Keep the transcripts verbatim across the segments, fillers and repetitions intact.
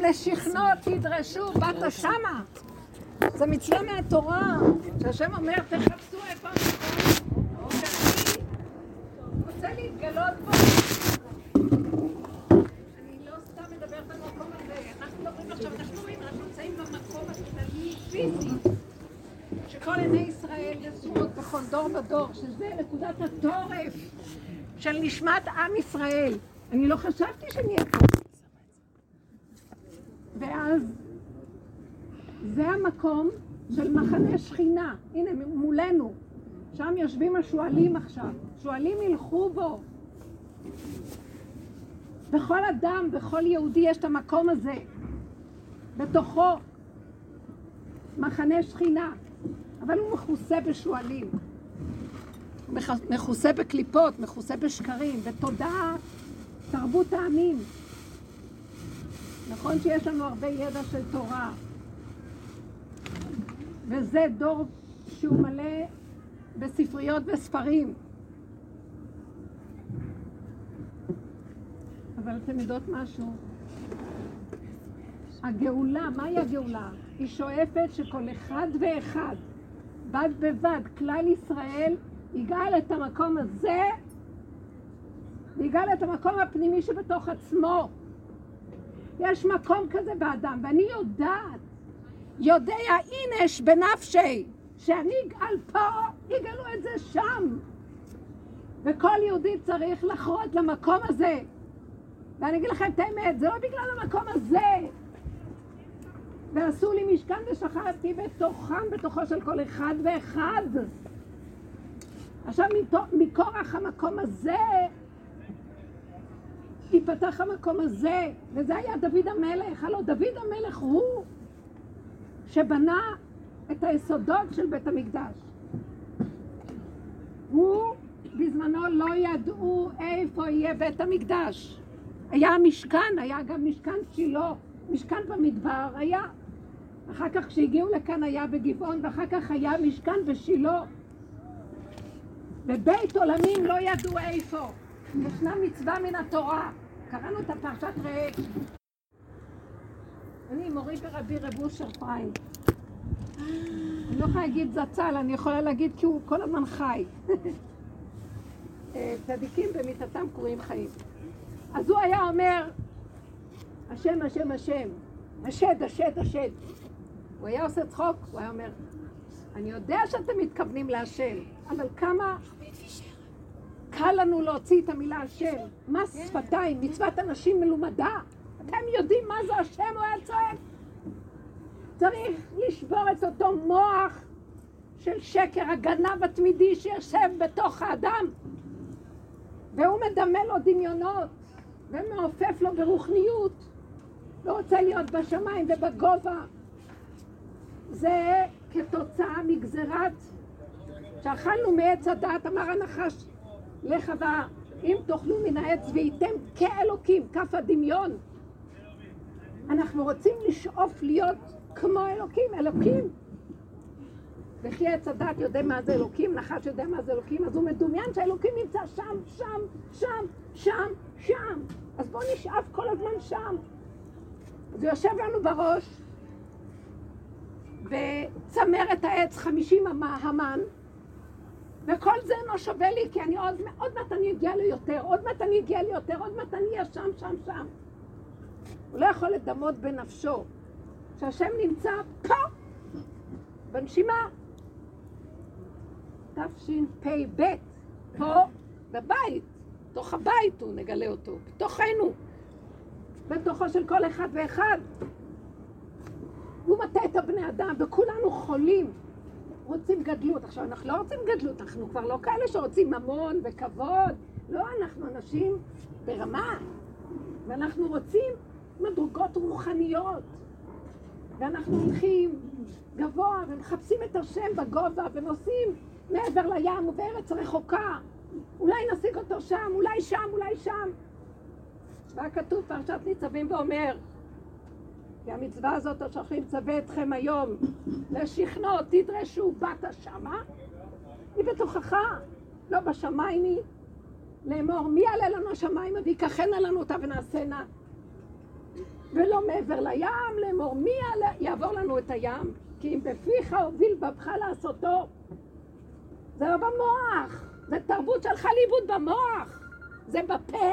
לשכנו תדרשו בת שמה. זה מצווה מהתורה, שהשם אומר תחפשו איפה המקום, שאני רוצה להתגלות פה. אני לא סתם מדברת על המקום הזה, אנחנו מדברים עכשיו, אנחנו רואים, אנחנו נמצאים במקום הכללי פיזי, שכל עיני ישראל נשואות בכל דור ודור, שזה נקודת התורף של נשמת עם ישראל. אני לא חשבתי שנהיה פה. ואז זה המקום של מחנה שכינה. הנה מולנו, שם יושבים השואלים עכשיו. שואלים ילכו בו. בכל אדם, בכל יהודי יש את המקום הזה. בתוכו מחנה שכינה. אבל הוא מכוסה בשואלים. מכוסה בקליפות, מכוסה בשקרים, בתודעה, תרבות העמים. נכון שיש לנו הרבה ידע של תורה. וזה דור שהוא מלא בספריות וספרים. אבל אתם יודעות משהו? הגאולה, מהי הגאולה? היא שואפת שכל אחד ואחד, בד בבד, כלל ישראל, יגאל את המקום הזה, ויגאל את המקום הפנימי שבתוך עצמו. יש מקום כזה באדם, ואני יודעת, יודע אינש בנפשי, שאני אגאל פה, יגאלו את זה שם. וכל יהודי צריך לחרות למקום הזה. ואני אגיד לכם את האמת, זה לא בגלל המקום הזה. ועשו לי משכן ושכבתי בתוכם, בתוכו של כל אחד ואחד. עכשיו מכורח המקום הזה, ייפתח המקום הזה, וזה היה דוד המלך. הלוא דוד המלך הוא שבנה את היסודות של בית המקדש. הוא בזמנו לא ידעו איפה יהיה בית המקדש. היה משכן, היה גם משכן שילה, משכן במדבר היה. אחר כך כשהגיעו לכאן היה בגבעון, ואחר כך היה משכן בשילה. בבית עולמים לא ידעו איפה. ישנה מצווה מן התורה. קראנו את הפרשת ראה. אני מורי ברבי רב אושר פריים. אני לא יכולה להגיד זצ"ל, אני יכולה להגיד כי הוא כל הזמן חי. צדיקים במיתתם קרויים חיים. אז הוא היה אומר, השם, השם, השם, השד, השד, השד. הוא היה עושה צחוק, הוא היה אומר, אני יודע שאתם מתכוונים להשם, אבל כמה קל לנו להוציא את המילה השם. מה שפתיים, מצוות אנשים מלומדה. אתם יודעים מה זה השם, הוא היה צועק. צריך לשבור את אותו מוח של שקר, הגנב התמידי שיושב בתוך האדם. והוא מדמה לו דמיונות, ומעופף לו ברוחניות. לא רוצה להיות בשמיים ובגובה. זה כתוצאה מגזרת שאכלנו מעץ הדעת, אמר הנחש לחווה, אם תאכלו מן העץ וייתם כאלוקים, כף הדמיון. אנחנו רוצים לשאוף להיות כמו אלוקים, אלוקים. וכי עץ הדעת יודע מה זה אלוקים, נחש יודע מה זה אלוקים, אז הוא מדומיין שהאלוקים נמצא שם, שם, שם, שם, שם. אז בואו נשאף כל הזמן שם. אז הוא יושב לנו בראש, וצמר את העץ חמישים המן, וכל זה לא שווה לי, כי אני עוד, עוד מעט אני אגיע לי יותר, עוד מעט אני אגיע לי יותר, עוד מעט אני אהיה שם, שם, שם. הוא לא יכול לדמות בנפשו, שהשם נמצא פה, בנשימה. תשפ"ב, פה בבית, בתוך הבית הוא נגלה אותו, בתוכנו, בתוכו של כל אחד ואחד. הוא מטה את הבני אדם, וכולנו חולים, רוצים גדלות. עכשיו, אנחנו לא רוצים גדלות, אנחנו כבר לא כאלה שרוצים ממון וכבוד. לא, אנחנו אנשים ברמה, ואנחנו רוצים מדרגות רוחניות. ואנחנו הולכים גבוה ומחפשים את השם בגובה, ונוסעים מעבר לים ובארץ רחוקה. אולי נשיג אותו שם, אולי שם, אולי שם. והכתוב פרשת ניצבים ואומר, כי המצווה הזאת אשר מצווה אתכם היום, לשכנו תדרשו בת שמה, היא בתוכך, לא בשמיים היא, לאמור מי יעלה לנו השמיים ויקחנה לנו אותה ונעשנה. ולא מעבר לים, לאמור מי יעבור לנו את הים, כי אם בפיך הוביל בבך לעשותו. זה לא במוח, זה תרבות שלך לאיבוד במוח, זה בפה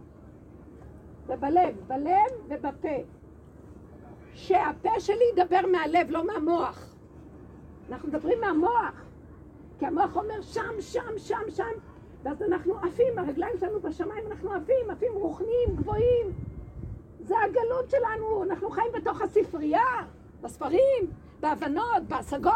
ובלב, בלב ובפה. שהפה שלי ידבר מהלב, לא מהמוח. אנחנו מדברים מהמוח, כי המוח אומר שם, שם, שם, שם, ואז אנחנו עפים, הרגליים שלנו בשמיים, אנחנו עפים, עפים רוחניים, גבוהים. זה הגלות שלנו, אנחנו חיים בתוך הספרייה, בספרים, בהבנות, בהשגות.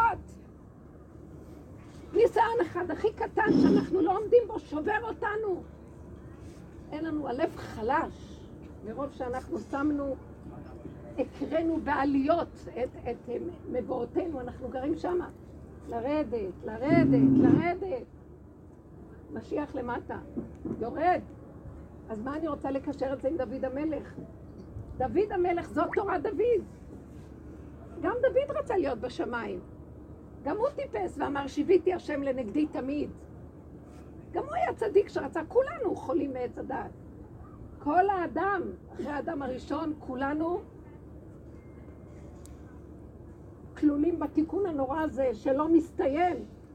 ניסיון אחד הכי קטן שאנחנו לא עומדים בו שובר אותנו. אין לנו, הלב חלש, מרוב שאנחנו שמנו, הקרנו בעליות את, את מבואותינו, אנחנו גרים שמה. לרדת, לרדת, לרדת. משיח למטה, יורד. אז מה אני רוצה לקשר את זה עם דוד המלך? דוד המלך זאת תורת דוד. גם דוד רצה להיות בשמיים. גם הוא טיפס ואמר שיביתי השם לנגדי תמיד. גם הוא היה צדיק שרצה, כולנו חולים מעץ הדעת. כל האדם, אחרי האדם הראשון, כולנו כלולים בתיקון הנורא הזה שלא מסתיים.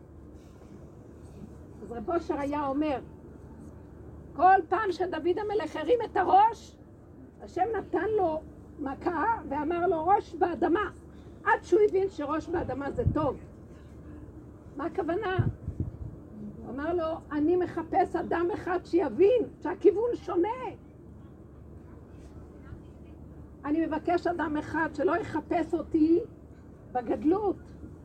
אז רב אושר היה אומר, כל פעם שדוד המלך הרים את הראש, השם נתן לו מכה ואמר לו ראש באדמה, עד שהוא הבין שראש באדמה זה טוב. מה הכוונה? הוא אמר לו, אני מחפש אדם אחד שיבין שהכיוון שונה. אני מבקש אדם אחד שלא יחפש אותי בגדלות.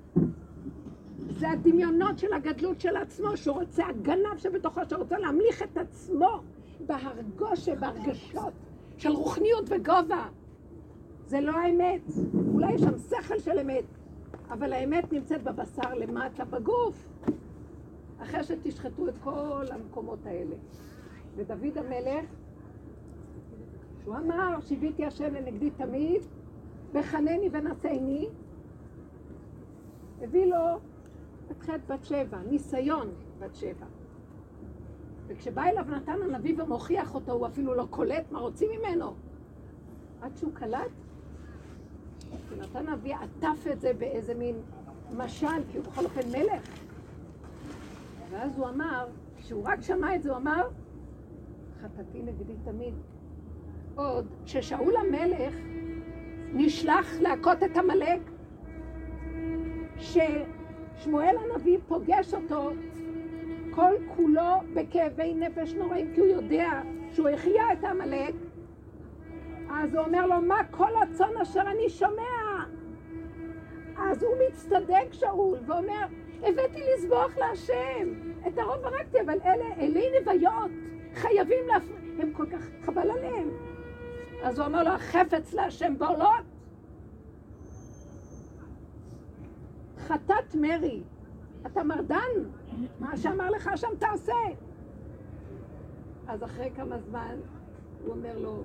זה הדמיונות של הגדלות של עצמו, שהוא רוצה, הגנב שבתוכו, שרוצה להמליך את עצמו בהרגוש שבהרגשות של רוחניות וגובה. זה לא האמת. אולי יש שם שכל של אמת, אבל האמת נמצאת בבשר למטה, בגוף. אחרי שתשחטו את כל המקומות האלה. ודוד המלך, שהוא אמר, שיביתי השם לנגדי תמיד, בחנני ונשאני, הביא לו את חטא בת שבע, ניסיון בת שבע. וכשבא אליו נתן הנביא ומוכיח אותו, הוא אפילו לא קולט מה רוצים ממנו. עד שהוא קלט, ונתן הנביא עטף את זה באיזה מין משל, כי הוא בכל אופן מלך. ואז הוא אמר, כשהוא רק שמע את זה, הוא אמר, חטאתי נגדי תמיד. עוד, ששאול המלך נשלח להכות את עמלק, ששמואל הנביא פוגש אותו כל כולו בכאבי נפש נוראים, כי הוא יודע שהוא החיה את עמלק. אז הוא אומר לו, מה כל הצאן אשר אני שומע? אז הוא מצטדק שאול ואומר, הבאתי לסבוח להשם, את הרוב הרגתי, אבל אלה, אלי נוויות, חייבים להפריע, הם כל כך חבל עליהם. אז הוא אומר לו, החפץ להשם בעולות. חטאת מרי, אתה מרדן, מה שאמר לך שם תעשה. אז אחרי כמה זמן הוא אומר לו,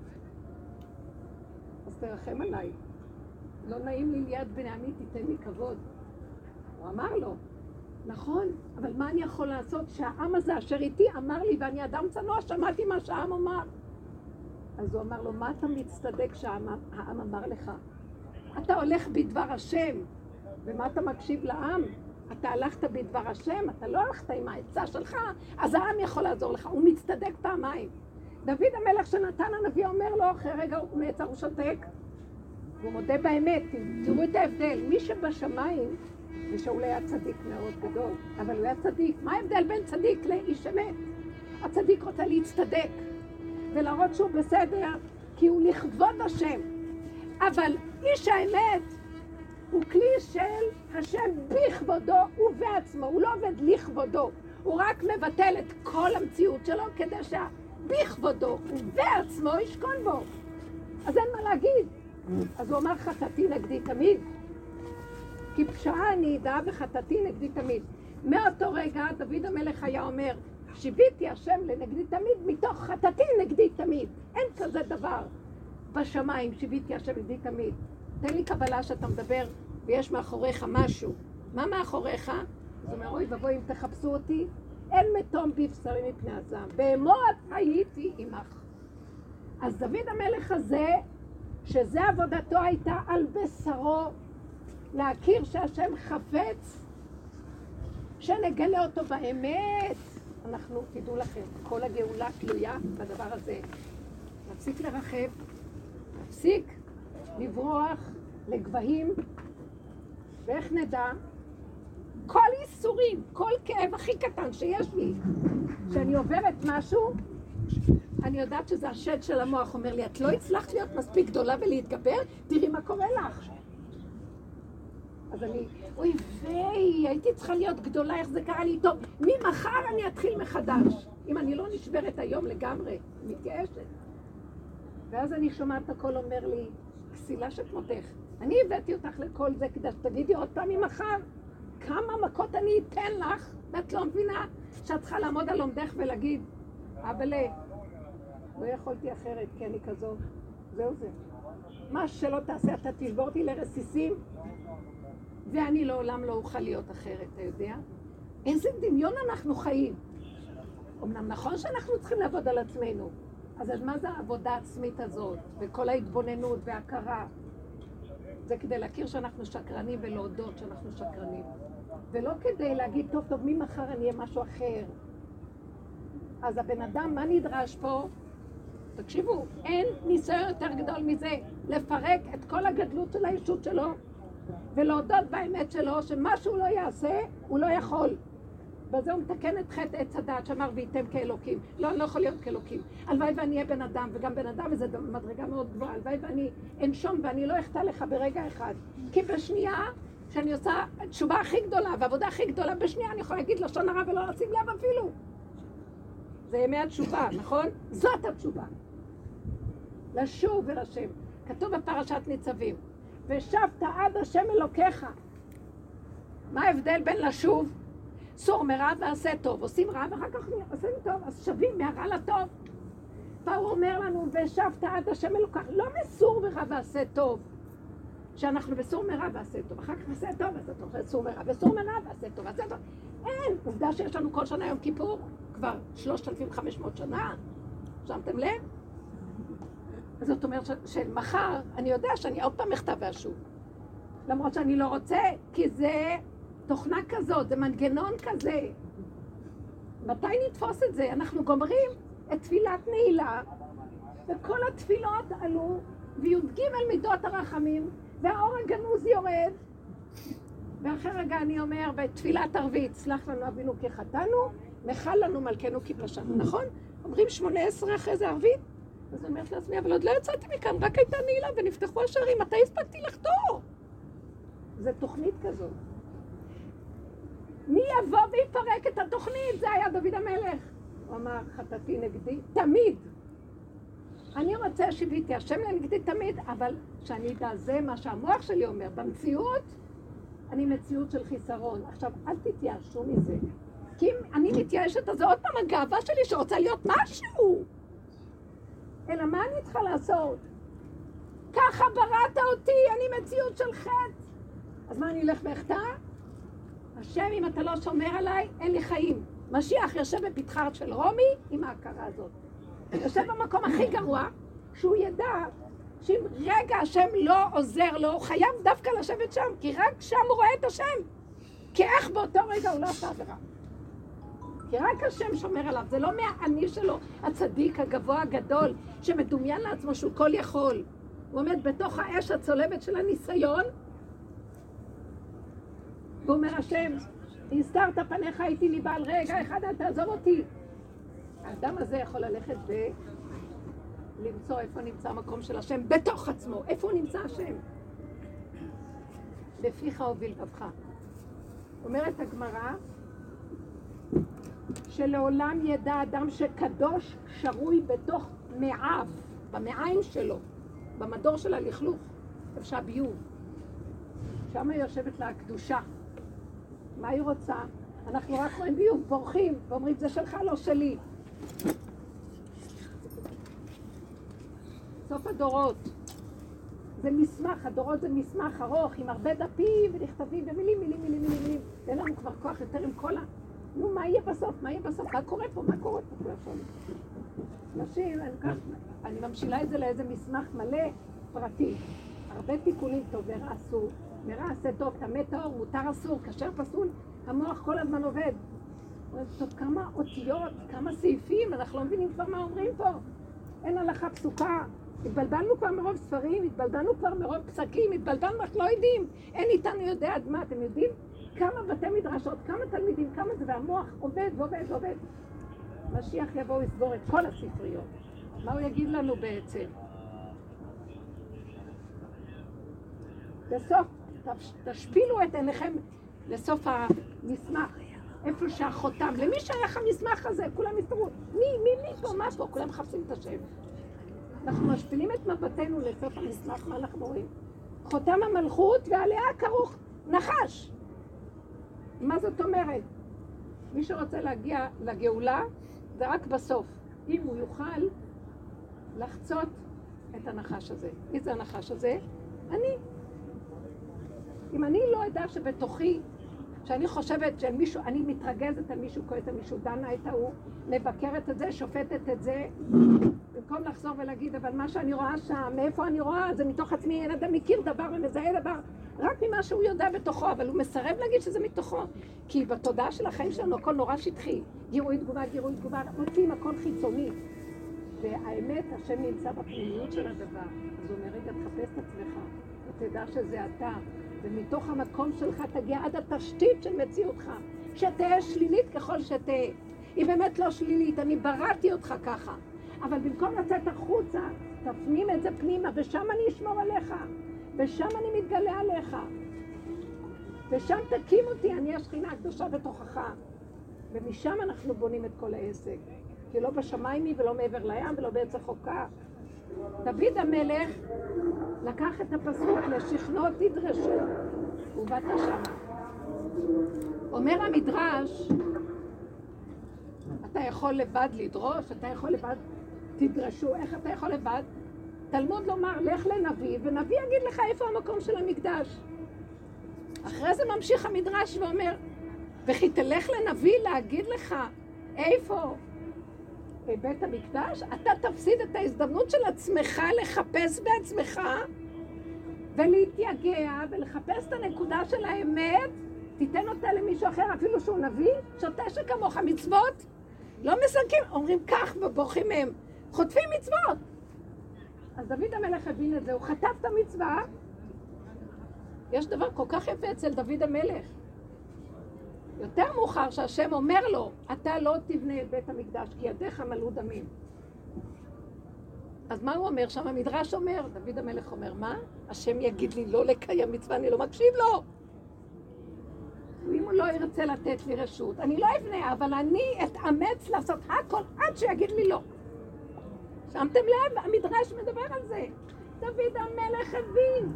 אז תרחם עליי, לא נעים לי ליד בני עמי, תיתן לי כבוד. הוא אמר לו, נכון, אבל מה אני יכול לעשות שהעם הזה אשר איתי אמר לי, ואני אדם צנוע, שמעתי מה שהעם אמר. אז הוא אמר לו, מה אתה מצטדק שהעם אמר לך? אתה הולך בדבר השם, ומה אתה מקשיב לעם? אתה הלכת בדבר השם, אתה לא הלכת עם העצה שלך, אז העם יכול לעזור לך. הוא מצטדק פעמיים. דוד המלך שנתן הנביא אומר לו, אחרי רגע הוא נעצר, הוא שותק. והוא מודה באמת, תראו את ההבדל. מי שבשמיים, ושאול היה צדיק מאוד גדול, אבל הוא היה צדיק. מה ההבדל בין צדיק לאיש אמת? הצדיק רוצה להצטדק, ולהראות שהוא בסדר, כי הוא לכבוד השם. אבל איש האמת הוא כלי של השם בכבודו ובעצמו, הוא לא עובד לכבודו, הוא רק מבטל את כל המציאות שלו כדי שבכבודו ובעצמו ישכון בו. אז אין מה להגיד. אז הוא אמר חטאתי נגדי תמיד, כי פשעה אני אדע וחטאתי נגדי תמיד. מאותו רגע דוד המלך היה אומר, שיביתי השם לנגדי תמיד מתוך חטאתי נגדי תמיד. אין כזה דבר בשמיים, שיביתי השם נגדי תמיד. תן לי קבלה שאתה מדבר ויש מאחוריך משהו. מה מאחוריך? זאת אומרת, אוי ובואי אם תחפשו אותי, אין מתום בבשרי מפני הזעם, באמות הייתי עמך. אז דוד המלך הזה שזה עבודתו הייתה על בשרו, להכיר שהשם חפץ, שנגלה אותו באמת. אנחנו, תדעו לכם, כל הגאולה תלויה בדבר הזה. נפסיק לרחב, נפסיק לברוח לגבהים, ואיך נדע? כל איסורים, כל כאב הכי קטן שיש לי, שאני עוברת משהו, אני יודעת שזה השד של המוח, אומר לי, את לא הצלחת להיות מספיק גדולה ולהתגבר, תראי מה קורה לך. אז אני, אוי ויי, הייתי צריכה להיות גדולה, איך זה קרה לי טוב, ממחר אני אתחיל מחדש, אם אני לא נשברת היום לגמרי, מתייאשת. ואז אני שומעת הכל אומר לי, כסילה שכמותך, אני הבאתי אותך לכל זה כדי שתגידי עוד פעם ממחר, כמה מכות אני אתן לך, ואת לא מבינה שאת צריכה לעמוד על עומדך ולהגיד, אבאלה, לא יכולתי אחרת, כי אני כזאת, זהו זה. מה שלא תעשה, אתה תשבור אותי לרסיסים, ואני לעולם לא אוכל להיות אחרת, אתה יודע? איזה דמיון אנחנו חיים. אמנם נכון שאנחנו צריכים לעבוד על עצמנו, אז מה זה העבודה העצמית הזאת, וכל ההתבוננות וההכרה? זה כדי להכיר שאנחנו שקרנים ולהודות שאנחנו שקרנים. ולא כדי להגיד, טוב, טוב, ממחר אני אהיה משהו אחר. אז הבן אדם, מה נדרש פה? תקשיבו, אין ניסיון יותר גדול מזה, לפרק את כל הגדלות של הישות שלו, ולהודות באמת שלו, שמה שהוא לא יעשה, הוא לא יכול. בזה הוא מתקן את חטא עץ הדעת, שאמר וייתם כאלוקים. לא, אני לא יכול להיות כאלוקים. הלוואי ואני אהיה בן אדם, וגם בן אדם, וזה מדרגה מאוד גבוהה. הלוואי ואני אנשום, ואני לא אחטא לך ברגע אחד. כי בשנייה, שאני עושה תשובה הכי גדולה, ועבודה הכי גדולה, בשנייה אני יכולה להגיד לשון הרע ולא לשים לב אפילו. זה ימי התשובה, נכון? זאת התשובה. לשוב ולשם. כתוב בפרשת ניצבים. ושבת עד השם אלוקיך. מה ההבדל בין לשוב? סור מרע ועשה טוב. עושים רע ואחר כך עושים טוב. אז שווים מהרע לטוב. והוא אומר לנו, ושבת עד השם אלוקיך. לא מסור מרע ועשה טוב. שאנחנו בסור מרע ועשה טוב. אחר כך עשה טוב ועשה טוב. סור מרע וסור מרע ועשה טוב ועשה טוב. אין. עובדה שיש לנו כל שנה יום כיפור. כבר שלושת אלפים וחמש מאות שנה. שמתם לב? אז זאת אומרת שמחר אני יודע שאני עוד פעם מכתב ואשוב. למרות שאני לא רוצה, כי זה תוכנה כזאת, זה מנגנון כזה. מתי נתפוס את זה? אנחנו גומרים את תפילת נעילה, וכל התפילות עלו, וי"ג מידות הרחמים, והאור הגנוז יורד. ואחרי רגע אני אומר, בתפילת ערבית, סלח לנו אבינו כי חטאנו, מחל לנו מלכנו כי פשענו, נכון? אומרים שמונה עשרה אחרי זה ערבית? אז אני אומרת לעצמי, אבל עוד לא יצאתי מכאן, רק הייתה נעילה ונפתחו השערים, מתי הספקתי לחתור? זה תוכנית כזאת. מי יבוא ויפרק את התוכנית? זה היה דוד המלך. הוא אמר, חטאתי נגדי, תמיד. אני רוצה שיביתי, השם לנגדי תמיד, אבל שאני אדע, זה מה שהמוח שלי אומר. במציאות, אני מציאות של חיסרון. עכשיו, אל תתייאשו מזה. כי אם אני מתייאשת, אז זה עוד פעם הגאווה שלי שרוצה להיות משהו. אלא מה אני צריכה לעשות? ככה בראת אותי, אני מציאות של חטא. אז מה, אני אלך ואחטא? השם, אם אתה לא שומר עליי, אין לי חיים. משיח יושב בפתחה של רומי עם ההכרה הזאת. יושב במקום הכי גרוע, שהוא ידע שאם רגע השם לא עוזר לו, הוא חייב דווקא לשבת שם, כי רק שם הוא רואה את השם. כי איך באותו רגע הוא לא עשה עבירה. כי רק השם שומר עליו, זה לא מהאני שלו, הצדיק הגבוה הגדול, שמדומיין לעצמו שהוא כל יכול. הוא עומד בתוך האש הצולבת של הניסיון, והוא אומר, השם, הסתרת פניך איתי מבעל רגע אחד, אל תעזוב אותי. האדם הזה יכול ללכת ולמצוא איפה נמצא המקום של השם, בתוך עצמו. איפה הוא נמצא השם? בפיך הוביל לבך. אומרת הגמרא, שלעולם ידע אדם שקדוש שרוי בתוך מעיו, במעיים שלו, במדור של הלכלוך, איפה שהביוב. שם היא יושבת לה הקדושה. מה היא רוצה? אנחנו רק רואים ביוב, בורחים, ואומרים, זה שלך, לא שלי. סוף הדורות. זה מסמך, הדורות זה מסמך ארוך, עם הרבה דפים ונכתבים ומילים, מילים, מילים, מילים, מילים. אין לנו כבר כוח יותר עם כל ה... נו, מה יהיה בסוף? מה יהיה בסוף? מה קורה פה? מה קורה פה? נשים, אני, כך, אני ממשילה את זה לאיזה מסמך מלא פרטי. הרבה תיקונים טוב ורע אסור. מרע עשה טוב, טמא טהור, מותר אסור, כשר פסול, המוח כל הזמן עובד. טוב, כמה אותיות, כמה סעיפים, אנחנו לא מבינים כבר מה אומרים פה. אין הלכה פסוקה. התבלבלנו כבר מרוב ספרים, התבלבלנו כבר מרוב פסקים, התבלבלנו, אנחנו לא יודעים. אין איתנו יודע עד מה, אתם יודעים? כמה בתי מדרשות, כמה תלמידים, כמה זה, והמוח עובד ועובד ועובד. משיח יבוא ויסגור את כל הספריות. מה הוא יגיד לנו בעצם? בסוף, תשפילו את עיניכם לסוף המסמך, איפה שהחותם. למי שייך המסמך הזה? כולם יסתרו. מי, מי, מי פה, מה פה? כולם מחפשים את השם. אנחנו משפילים את מבטנו לסוף המסמך, מה אנחנו רואים? חותם המלכות ועליה כרוך נחש. מה זאת אומרת? מי שרוצה להגיע לגאולה, זה רק בסוף. אם הוא יוכל לחצות את הנחש הזה. מי זה הנחש הזה? אני. אם אני לא יודע שבתוכי, שאני חושבת שמישהו, אני מתרגזת על מישהו, כועסת על מישהו, דנה את ההוא, מבקרת את זה, שופטת את זה, במקום לחזור ולהגיד, אבל מה שאני רואה שם, מאיפה אני רואה, זה מתוך עצמי, אין אדם מכיר דבר ומזהה דבר, רק ממה שהוא יודע בתוכו, אבל הוא מסרב להגיד שזה מתוכו. כי בתודעה של החיים שלנו הכל נורא שטחי, גירוי תגובה, גירוי תגובה, מוצאים הכל חיצוני. והאמת, השם נמצא בפנימיות של הדבר. אז הוא אומר, רגע, תחפש את עצמך, ותדע שזה אתה. ומתוך המקום שלך תגיע עד התשתית של מציאותך, שתהיה שלילית ככל שתהיה. היא באמת לא שלילית, אני בראתי אותך ככה. אבל במקום לצאת החוצה, תפנים את זה פנימה, ושם אני אשמור עליך. ושם אני מתגלה עליך. ושם תקים אותי, אני השכינה הקדושה בתוכך. ומשם אנחנו בונים את כל העסק. כי לא בשמיים היא ולא מעבר לים ולא בעץ החוקה. דוד המלך לקח את הפסוק לשכנו תדרשו, ובאת שמה. אומר המדרש, אתה יכול לבד לדרוש, אתה יכול לבד תדרשו, איך אתה יכול לבד? תלמוד לומר, לך לנביא, ונביא יגיד לך איפה המקום של המקדש. אחרי זה ממשיך המדרש ואומר, וכי תלך לנביא להגיד לך איפה בבית המקדש, אתה תפסיד את ההזדמנות של עצמך לחפש בעצמך ולהתייגע ולחפש את הנקודה של האמת, תיתן אותה למישהו אחר, אפילו שהוא נביא, שותה שכמוך מצוות, לא מסנקים, אומרים כך ובורחים מהם, חוטפים מצוות. אז דוד המלך הבין את זה, הוא חטף את המצווה. יש דבר כל כך יפה אצל דוד המלך. יותר מאוחר שהשם אומר לו, אתה לא תבנה את בית המקדש, כי ידיך מלאו דמים. אז מה הוא אומר? שם המדרש אומר, דוד המלך אומר, מה? השם יגיד לי לא לקיים מצווה, אני לא מקשיב לו. אם הוא לא ירצה לתת לי רשות, אני לא אבנה, אבל אני אתאמץ לעשות הכל עד שיגיד לי לא. שמתם לב? המדרש מדבר על זה. דוד המלך הבין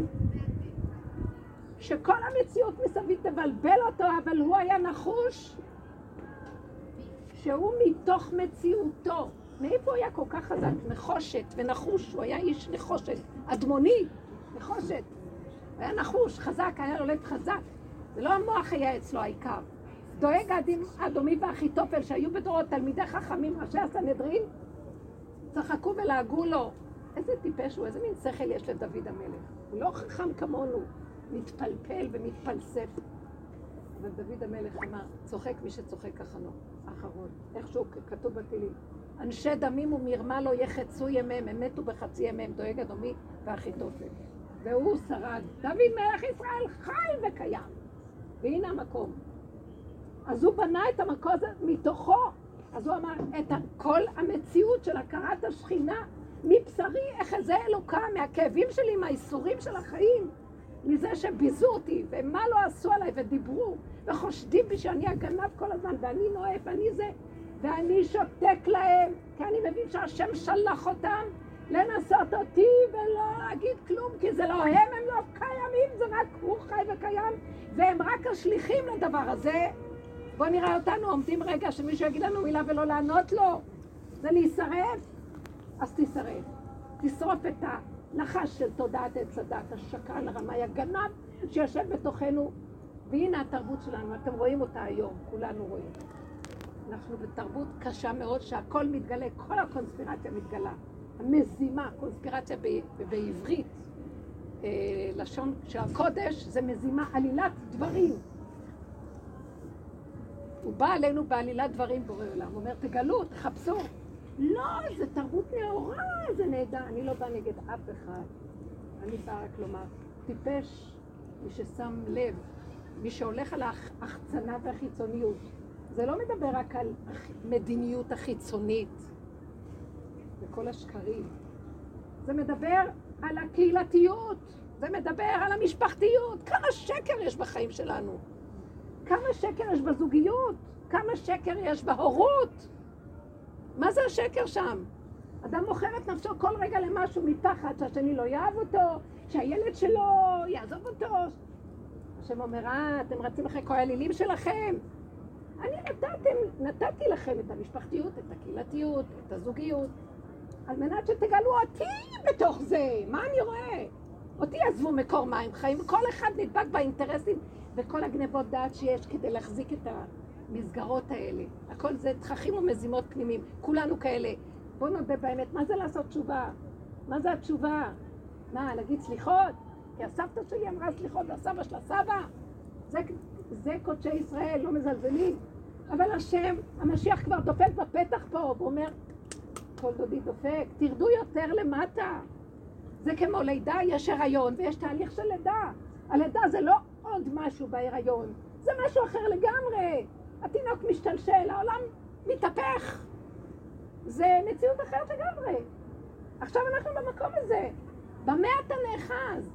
שכל המציאות מסביב תבלבל אותו, אבל הוא היה נחוש שהוא מתוך מציאותו. מאיפה הוא היה כל כך חזק? נחושת ונחוש, הוא היה איש נחושת, אדמוני, נחושת. הוא היה נחוש, חזק, היה הולך חזק. זה לא המוח היה אצלו העיקר. דואג אדומי ואחיתופל שהיו בדורות תלמידי חכמים, ראשי הסנהדרין, צחקו ולעגו לו. איזה טיפש הוא, איזה מין שכל יש לדוד המלך. הוא לא חכם כמונו, מתפלפל ומתפלסף. אבל דוד המלך אמר, צוחק מי שצוחק כחנו, אחרון. איכשהו כתוב בתהילים. אנשי דמים ומרמה לא יחצו ימיהם, הם מתו בחצי ימיהם, דואג אדומי ואחיתופל. והוא שרד. דוד מלך ישראל חי וקיים. והנה המקום. אז הוא בנה את המקום הזה מתוכו. אז הוא אמר, את כל המציאות של הכרת השכינה, מבשרי, איך זה אלוקה, מהכאבים שלי, מהאיסורים של החיים, מזה שביזו אותי, ומה לא עשו עליי, ודיברו, וחושדים בי שאני הגנב כל הזמן, ואני נואף, ואני זה, ואני שותק להם, כי אני מבין שהשם שלח אותם לנסות אותי, ולא להגיד כלום, כי זה לא הם, הם לא קיימים, זה רק הוא חי וקיים, והם רק השליחים לדבר הזה. בוא נראה אותנו, עומדים רגע שמישהו יגיד לנו מילה ולא לענות לו. זה להישרף? אז תישרף. תשרוף את הנחש של תודעת עץ הדת, השקרן, הרמאי, הגנב שיושב בתוכנו. והנה התרבות שלנו, אתם רואים אותה היום, כולנו רואים. אנחנו בתרבות קשה מאוד שהכל מתגלה, כל הקונספירציה מתגלה. המזימה, קונספירציה בעברית, לשון שהקודש זה מזימה, עלילת דברים. הוא בא עלינו בעלילת דברים בורא עולם, הוא אומר תגלו, תחפשו. לא, זה תרבות נאורה, זה נהדר. אני לא בא נגד אף אחד. אני באה רק לומר, טיפש מי ששם לב, מי שהולך על ההחצנה והחיצוניות. זה לא מדבר רק על מדיניות החיצונית וכל השקרים. זה מדבר על הקהילתיות, זה מדבר על המשפחתיות. כמה שקר יש בחיים שלנו. כמה שקר יש בזוגיות, כמה שקר יש בהורות. מה זה השקר שם? אדם מוכר את נפשו כל רגע למשהו מפחד, שהשני לא יאהב אותו, שהילד שלו יעזוב אותו. השם אומר, אה, אתם רצים אחרי כל האלילים שלכם. אני נתתם, נתתי לכם את המשפחתיות, את הקהילתיות, את הזוגיות, על מנת שתגלו אותי בתוך זה. מה אני רואה? אותי עזבו מקור מים חיים, כל אחד נדבק באינטרסים וכל הגנבות דעת שיש כדי להחזיק את המסגרות האלה. הכל זה תככים ומזימות פנימיים, כולנו כאלה. בואו נודה באמת, מה זה לעשות תשובה? מה זה התשובה? מה, להגיד סליחות? כי הסבתא שלי אמרה סליחות והסבא של הסבא? זה, זה קודשי ישראל, לא מזלזלים. אבל השם, המשיח כבר דופק בפתח פה, הוא אומר, כל דודי דופק, תרדו יותר למטה. זה כמו לידה, יש הריון ויש תהליך של לידה. הלידה זה לא עוד משהו בהיריון, זה משהו אחר לגמרי. התינוק משתלשל, העולם מתהפך. זה מציאות אחרת לגמרי. עכשיו אנחנו במקום הזה. במה אתה נאחז?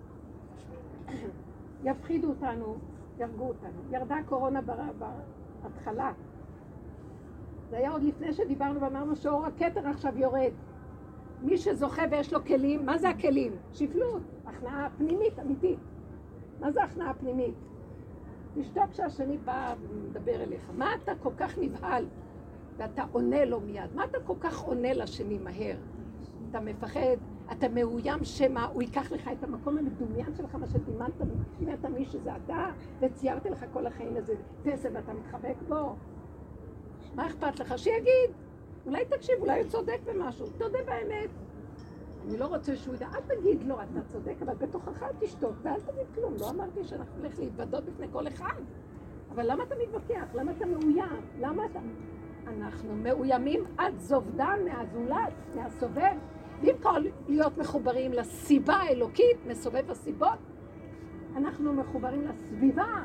יפחידו אותנו, ירגו אותנו. ירדה הקורונה בהתחלה. זה היה עוד לפני שדיברנו ואמרנו שאור הכתר עכשיו יורד. מי שזוכה ויש לו כלים, מה זה הכלים? שפלות, הכנעה פנימית, אמיתית. מה זה הכנעה פנימית? תשתוק שהשני בא ומדבר אליך. מה אתה כל כך נבהל ואתה עונה לו מיד? מה אתה כל כך עונה לשני מהר? אתה מפחד, אתה מאוים שמה, הוא ייקח לך את המקום המדומיין שלך, מה שדימנת, דימנת מי שזה אתה, וציירתי לך כל החיים איזה פסל ואתה מתחבק בו. מה אכפת לך? שיגיד. אולי תקשיב, אולי הוא צודק במשהו. תודה באמת. אני לא רוצה שהוא ידע, אל תגיד לו, אתה צודק, אבל בתוכך תשתוק, ואל תגיד כלום. לא אמרתי שאנחנו הולך להתוודות בפני כל אחד. אבל למה אתה מתווכח? למה אתה מאוים? למה אתה... אנחנו מאוימים עד זובדם מהזולת, מהסובב. במקום להיות מחוברים לסיבה האלוקית, מסובב הסיבות, אנחנו מחוברים לסביבה.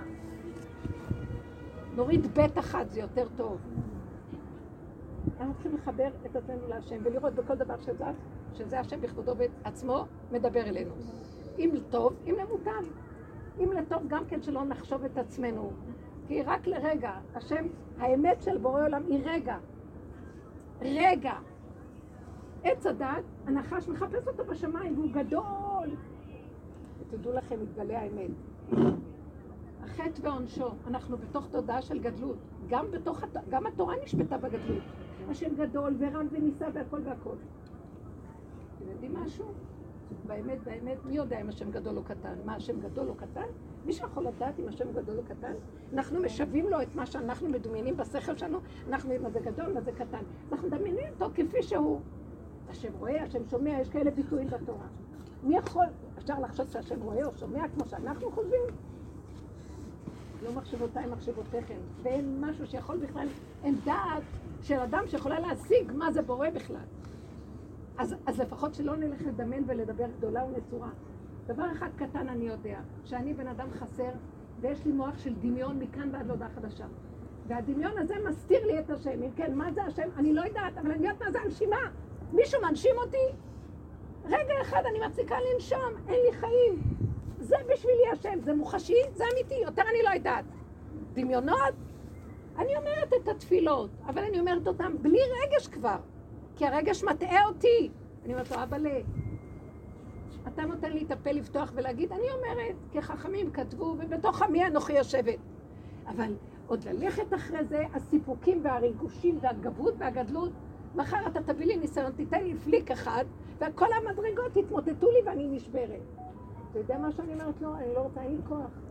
נוריד בית אחד, זה יותר טוב. אנחנו צריכים לחבר את עצמנו להשם ולראות בכל דבר שזה, שזה השם בכבודו בעצמו מדבר אלינו. אם לטוב, אם למוטב. אם לטוב גם כן שלא נחשוב את עצמנו. כי רק לרגע, השם, האמת של בורא עולם היא רגע. רגע. עץ הדת, הנחש מחפש אותו בשמיים והוא גדול. ותדעו לכם, מתגלה האמת. החטא ועונשו, אנחנו בתוך תודעה של גדלות. גם בתוך, גם התורה נשפטה בגדלות. השם גדול ורם וניסה והכל והכל. אתם יודעים משהו? באמת, באמת, מי יודע אם השם גדול או קטן? מה, השם גדול או קטן? מי שיכול לדעת אם השם גדול או קטן? אנחנו משווים לו את מה שאנחנו מדמיינים בשכל שלנו, אנחנו יודעים מה זה גדול, מה זה קטן. אנחנו מדמיינים אותו כפי שהוא. השם רואה, השם שומע, יש כאלה ביטויים בתורה. מי יכול? אפשר לחשוב שהשם רואה או שומע כמו שאנחנו חושבים? לא מחשבותיי, מחשבותיכם. ואין משהו שיכול בכלל, אין דעת של אדם שיכולה להשיג מה זה בורא בכלל. אז, אז לפחות שלא נלך לדמיין ולדבר גדולה ונצורה. דבר אחד קטן אני יודע, שאני בן אדם חסר, ויש לי מוח של דמיון מכאן ועד להודעה חדשה. והדמיון הזה מסתיר לי את השם. אם כן, מה זה השם? אני לא יודעת, אבל אני יודעת מה זה הנשימה. מישהו מנשים אותי? רגע אחד אני מפסיקה לנשום, אין לי חיים. זה בשבילי השם, זה מוחשי, זה אמיתי, יותר אני לא יודעת. דמיונות? אני אומרת את התפילות, אבל אני אומרת אותם בלי רגש כבר, כי הרגש מטעה אותי. אני אומרת לו, אבא לי, אתה נותן לי את הפה לפתוח ולהגיד, אני אומרת, כחכמים כתבו, ובתוך עמי אנוכי יושבת. אבל עוד ללכת אחרי זה, הסיפוקים והריגושים והגבות והגדלות, מחר אתה תביא לי ניסיון, תיתן לי פליק אחד, וכל המדרגות התמוטטו לי ואני נשברת. אתה יודע מה שאני אומרת לו? אני לא רוצה, אין לי כוח.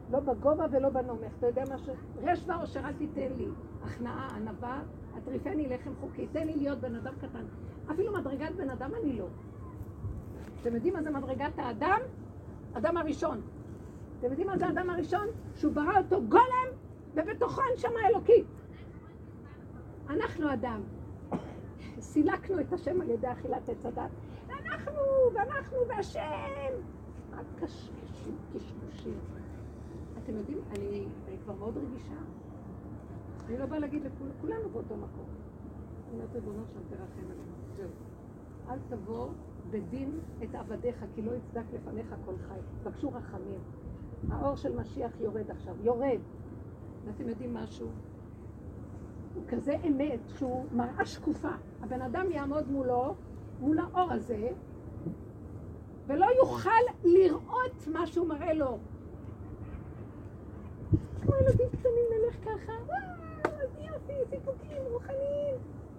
לא בגובה ולא בנומך. אתה יודע מה ש... רש ועושר אל תיתן לי. הכנעה, ענווה, הטריפני לחם חוקי. תן לי להיות בן אדם קטן. אפילו מדרגת בן אדם אני לא. אתם יודעים מה זה מדרגת האדם? אדם הראשון. אתם יודעים מה זה האדם הראשון? שהוא ברא אותו גולם ובתוכו הנשמה אלוקית. אנחנו אדם. סילקנו את השם על ידי אכילת עץ הדת. ואנחנו, ואנחנו, והשם. רק קשקשים, קשקושים. אתם יודעים, אני, אני כבר מאוד רגישה. אני לא באה להגיד לכולנו, כולנו באותו מקום. אני אומרת, ריבונו שם תרחם עלינו. זהו. אל תבוא בדין את עבדיך, כי לא יצדק לפניך כל חי. תבקשו רחמים. האור של משיח יורד עכשיו, יורד. ואתם יודעים משהו? הוא כזה אמת שהוא מראה שקופה. הבן אדם יעמוד מולו, מול האור הזה, ולא יוכל לראות מה שהוא מראה לו. כמו ילדים קטנים נלך ככה, וואו, אז יופי, סיפוקים רוחניים.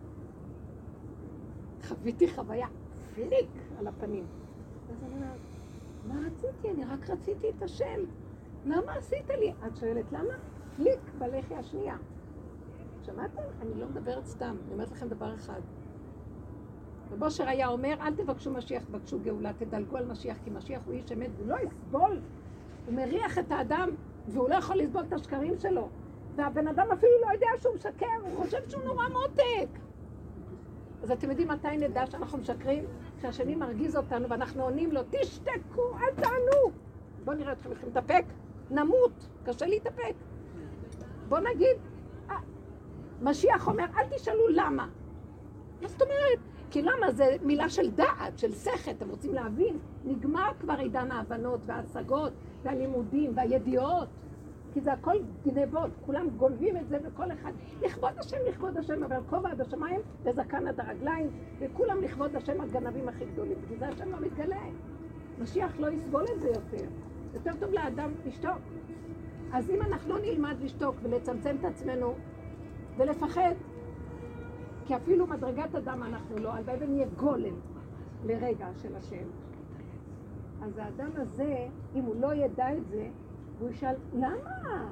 חוויתי חוויה, פליק על הפנים. אז אני אומרת, מה רציתי? אני רק רציתי את השם. למה עשית לי? את שואלת, למה? פליק בלחי השנייה. שמעתם? אני לא מדברת סתם, אני אומרת לכם דבר אחד. ובושר היה אומר, אל תבקשו משיח, תבקשו גאולה, תדלגו על משיח, כי משיח הוא איש אמת, הוא לא יסבול. הוא מריח את האדם, והוא לא יכול לסבול את השקרים שלו. והבן אדם אפילו לא יודע שהוא משקר, הוא חושב שהוא נורא מותק. אז אתם יודעים מתי נדע שאנחנו משקרים? כשהשני מרגיז אותנו ואנחנו עונים לו, תשתקו, אל תענו. בואו נראה אתכם, יכולים להתאפק? נמות, קשה להתאפק. בואו נגיד, משיח אומר, אל תשאלו למה. מה זאת אומרת? כי למה זה מילה של דעת, של שכל, אתם רוצים להבין? נגמר כבר עידן ההבנות וההשגות והלימודים והידיעות. כי זה הכל גנבות, כולם גונבים את זה וכל אחד לכבוד השם, לכבוד השם, אבל כובע עד השמיים וזקן עד הרגליים, וכולם לכבוד השם הגנבים הכי גדולים, כי זה השם לא מתגלה. משיח לא יסבול את זה יותר. יותר טוב לאדם לשתוק. אז אם אנחנו לא נלמד לשתוק ולצמצם את עצמנו ולפחד, כי אפילו מדרגת אדם אנחנו לא, הלוואי ונהיה גולם לרגע של השם. אז האדם הזה, אם הוא לא ידע את זה, הוא ישאל, למה?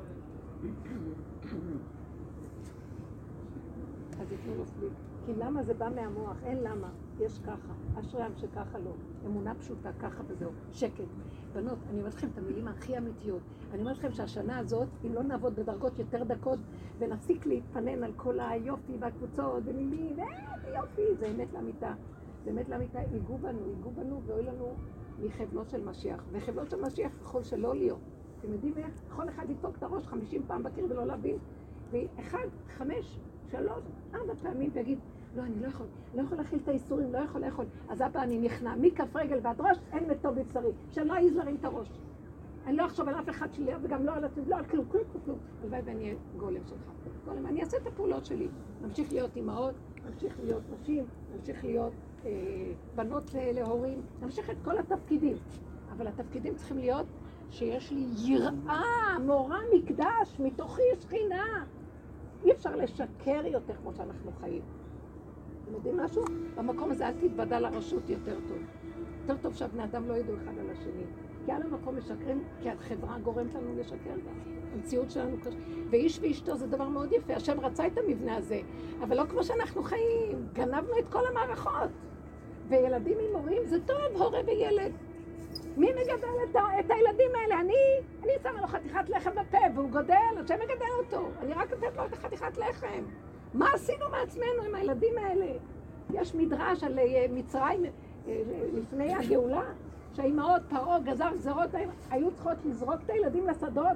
אז יתנו לו סביב. כי למה זה בא מהמוח? אין למה. יש ככה. אשרי עם שככה לא. אמונה פשוטה, ככה וזהו. שקט. בנות, אני אומרת לכם את המילים הכי אמיתיות. אני אומרת לכם שהשנה הזאת, אם לא נעבוד בדרגות יותר דקות, ונפסיק להתפנן על כל היופי והקבוצות ומילים, אה, יופי, זה אמת לאמיתה. זה אמת לאמיתה, ייגעו בנו, ייגעו בנו, ואוי לנו מחבלות של משיח. וחבלות של משיח יכול שלא להיות. אתם יודעים איך? יכול אחד לדפוק את הראש חמישים פעם בקיר ולא להבין. ואחד, חמש, שלוש, ארבע פעמים ויגיד, לא, אני לא יכול, לא יכול להכיל את האיסורים, לא יכול, לא יכול. אז אבא, אני נכנע, מכף רגל ועד ראש, אין מטוב בבשרי. שלא יעז להרים את הראש. אני לא אחשוב על אף אחד שלי, וגם לא על עצמי, לא על כלום, כלום, כלום. הלוואי ואני אהיה גולם שלך. גולם, אני אעשה את הפעולות שלי. נמשיך להיות אימהות, נמשיך להיות נשים, נמשיך להיות אה, בנות להורים, נמשיך את כל התפקידים. אבל התפקידים צריכים להיות שיש לי יראה, מורה מקדש, מתוכי שכינה. אי אפשר לשקר יותר כמו שאנחנו חיים. אתם יודעים משהו? במקום הזה אל תתוודע לרשות יותר טוב. יותר טוב שהבני אדם לא ידעו אחד על השני. כי על המקום משקרים, כי החברה גורמת לנו לשקר גם. המציאות שלנו קשה. ואיש ואשתו זה דבר מאוד יפה. השם רצה את המבנה הזה, אבל לא כמו שאנחנו חיים. גנבנו את כל המערכות. וילדים עם הורים זה טוב, הורה וילד. מי מגדל את, ה- את הילדים האלה? אני, אני שמה לו חתיכת לחם בפה, והוא גודל, השם מגדל אותו. אני רק נותנת לו את החתיכת לחם. מה עשינו מעצמנו עם הילדים האלה? יש מדרש על מצרים לפני הגאולה, שהאימהות, פרעה, גזר גזרות, היו צריכות לזרוק את הילדים לשדות.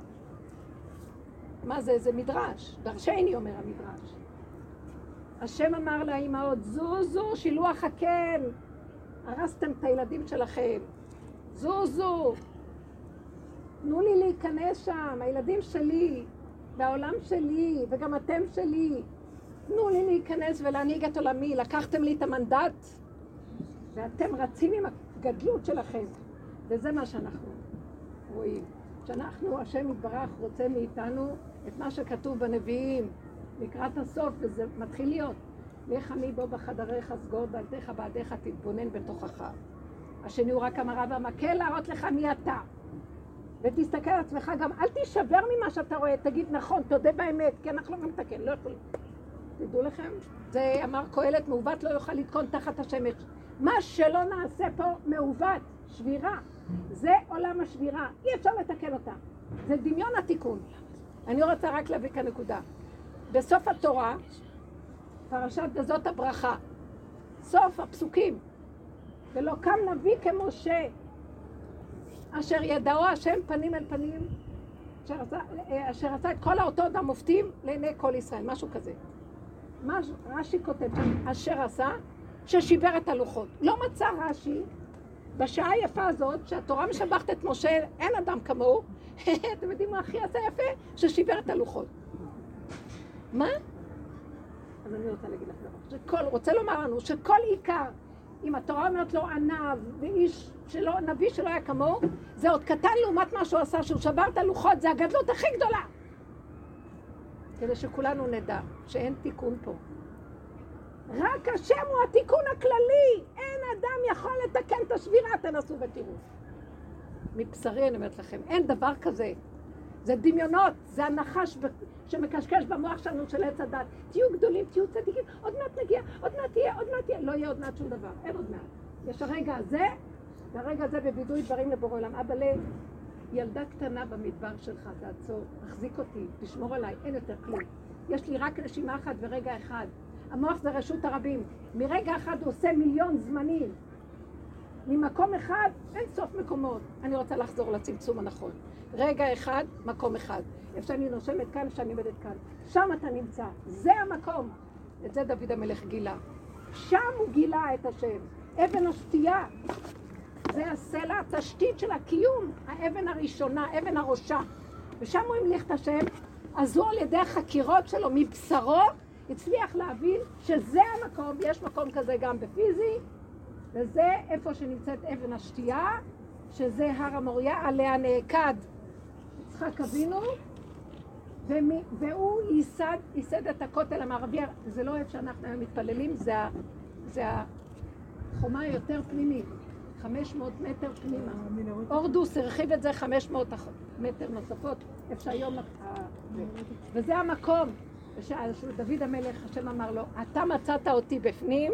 מה זה? זה מדרש. דרשני אומר המדרש. השם אמר לאימהות, זוזו, שילוח הקן. הרסתם את הילדים שלכם. זוזו. תנו לי להיכנס שם, הילדים שלי, והעולם שלי, וגם אתם שלי. תנו לי להיכנס ולהנהיג את עולמי. לקחתם לי את המנדט, ואתם רצים עם הגדלות שלכם. וזה מה שאנחנו רואים. שאנחנו, השם יתברך, רוצה מאיתנו את מה שכתוב בנביאים לקראת הסוף, וזה מתחיל להיות. לך עמי בו בחדריך, סגור דלתך בעדיך, תתבונן בתוכך. השני הוא רק המראה והמקל להראות לך מי אתה. ותסתכל על עצמך גם, אל תישבר ממה שאתה רואה, תגיד נכון, תודה באמת, כי אנחנו לא יכולים לתקן, לא יכולים. תדעו לכם, זה אמר קהלת, מעוות לא יוכל לתקון תחת השמש. מה שלא נעשה פה מעוות, שבירה, זה עולם השבירה, אי אפשר לתקן אותה. זה דמיון התיקון. אני רוצה רק להביא כאן נקודה. בסוף התורה, פרשת בזאת הברכה, סוף הפסוקים, ולא קם נביא כמשה, אשר ידעו השם פנים אל פנים, אשר עשה, אשר עשה את כל האותות המופתים לעיני כל ישראל, משהו כזה. מה רש"י כותב שם, אשר עשה, ששיבר את הלוחות. לא מצא רש"י, בשעה היפה הזאת, שהתורה משבחת את משה, אין אדם כמוהו, אתם יודעים מה הכי עשה יפה? ששיבר את הלוחות. מה? אז אני רוצה להגיד לכם, שכל, רוצה לומר לנו שכל עיקר, אם התורה אומרת לו ענב ואיש שלא, נביא שלא היה כמוהו, זה עוד קטן לעומת מה שהוא עשה, שהוא שבר את הלוחות, זה הגדלות הכי גדולה. כדי שכולנו נדע שאין תיקון פה. רק השם הוא התיקון הכללי, אין אדם יכול לתקן את השבירה, תנסו ותראו. מבשרי אני אומרת לכם, אין דבר כזה. זה דמיונות, זה הנחש שמקשקש במוח שלנו של עץ הדת. תהיו גדולים, תהיו צדיקים, עוד מעט נגיע, עוד מעט תהיה, עוד מעט תהיה. לא יהיה עוד מעט שום דבר, אין עוד מעט. יש הרגע הזה, והרגע הזה בבידוי דברים לבורא עולם. אבא לב, ילדה קטנה במדבר שלך, תעצור, תחזיק אותי, תשמור עליי, אין יותר כלום. יש לי רק נשימה אחת ורגע אחד. המוח זה רשות הרבים. מרגע אחד הוא עושה מיליון זמנים. ממקום אחד, אין סוף מקומות. אני רוצה לחזור לצמצום הנכון. רגע אחד, מקום אחד. איפה שאני נושמת כאן, שאני עומדת כאן. שם אתה נמצא. זה המקום. את זה דוד המלך גילה. שם הוא גילה את השם. אבן השתייה. זה הסלע, התשתית של הקיום. האבן הראשונה, אבן הראשה. ושם הוא המליך את השם. אז הוא על ידי החקירות שלו מבשרו, הצליח להבין שזה המקום. יש מקום כזה גם בפיזי. וזה איפה שנמצאת אבן השתייה, שזה הר המוריה, עליה נעקד יצחק אבינו, ומי, והוא ייסד, ייסד את הכותל המערבי. זה לא איפה שאנחנו היום מתפללים, זה, זה החומה היותר פנימית, חמש מאות מטר פנימה. אורדוס הרחיב את זה חמש מאות מטר נוספות, איפה שהיום, וזה המקום, דוד המלך, השם אמר לו, אתה מצאת אותי בפנים,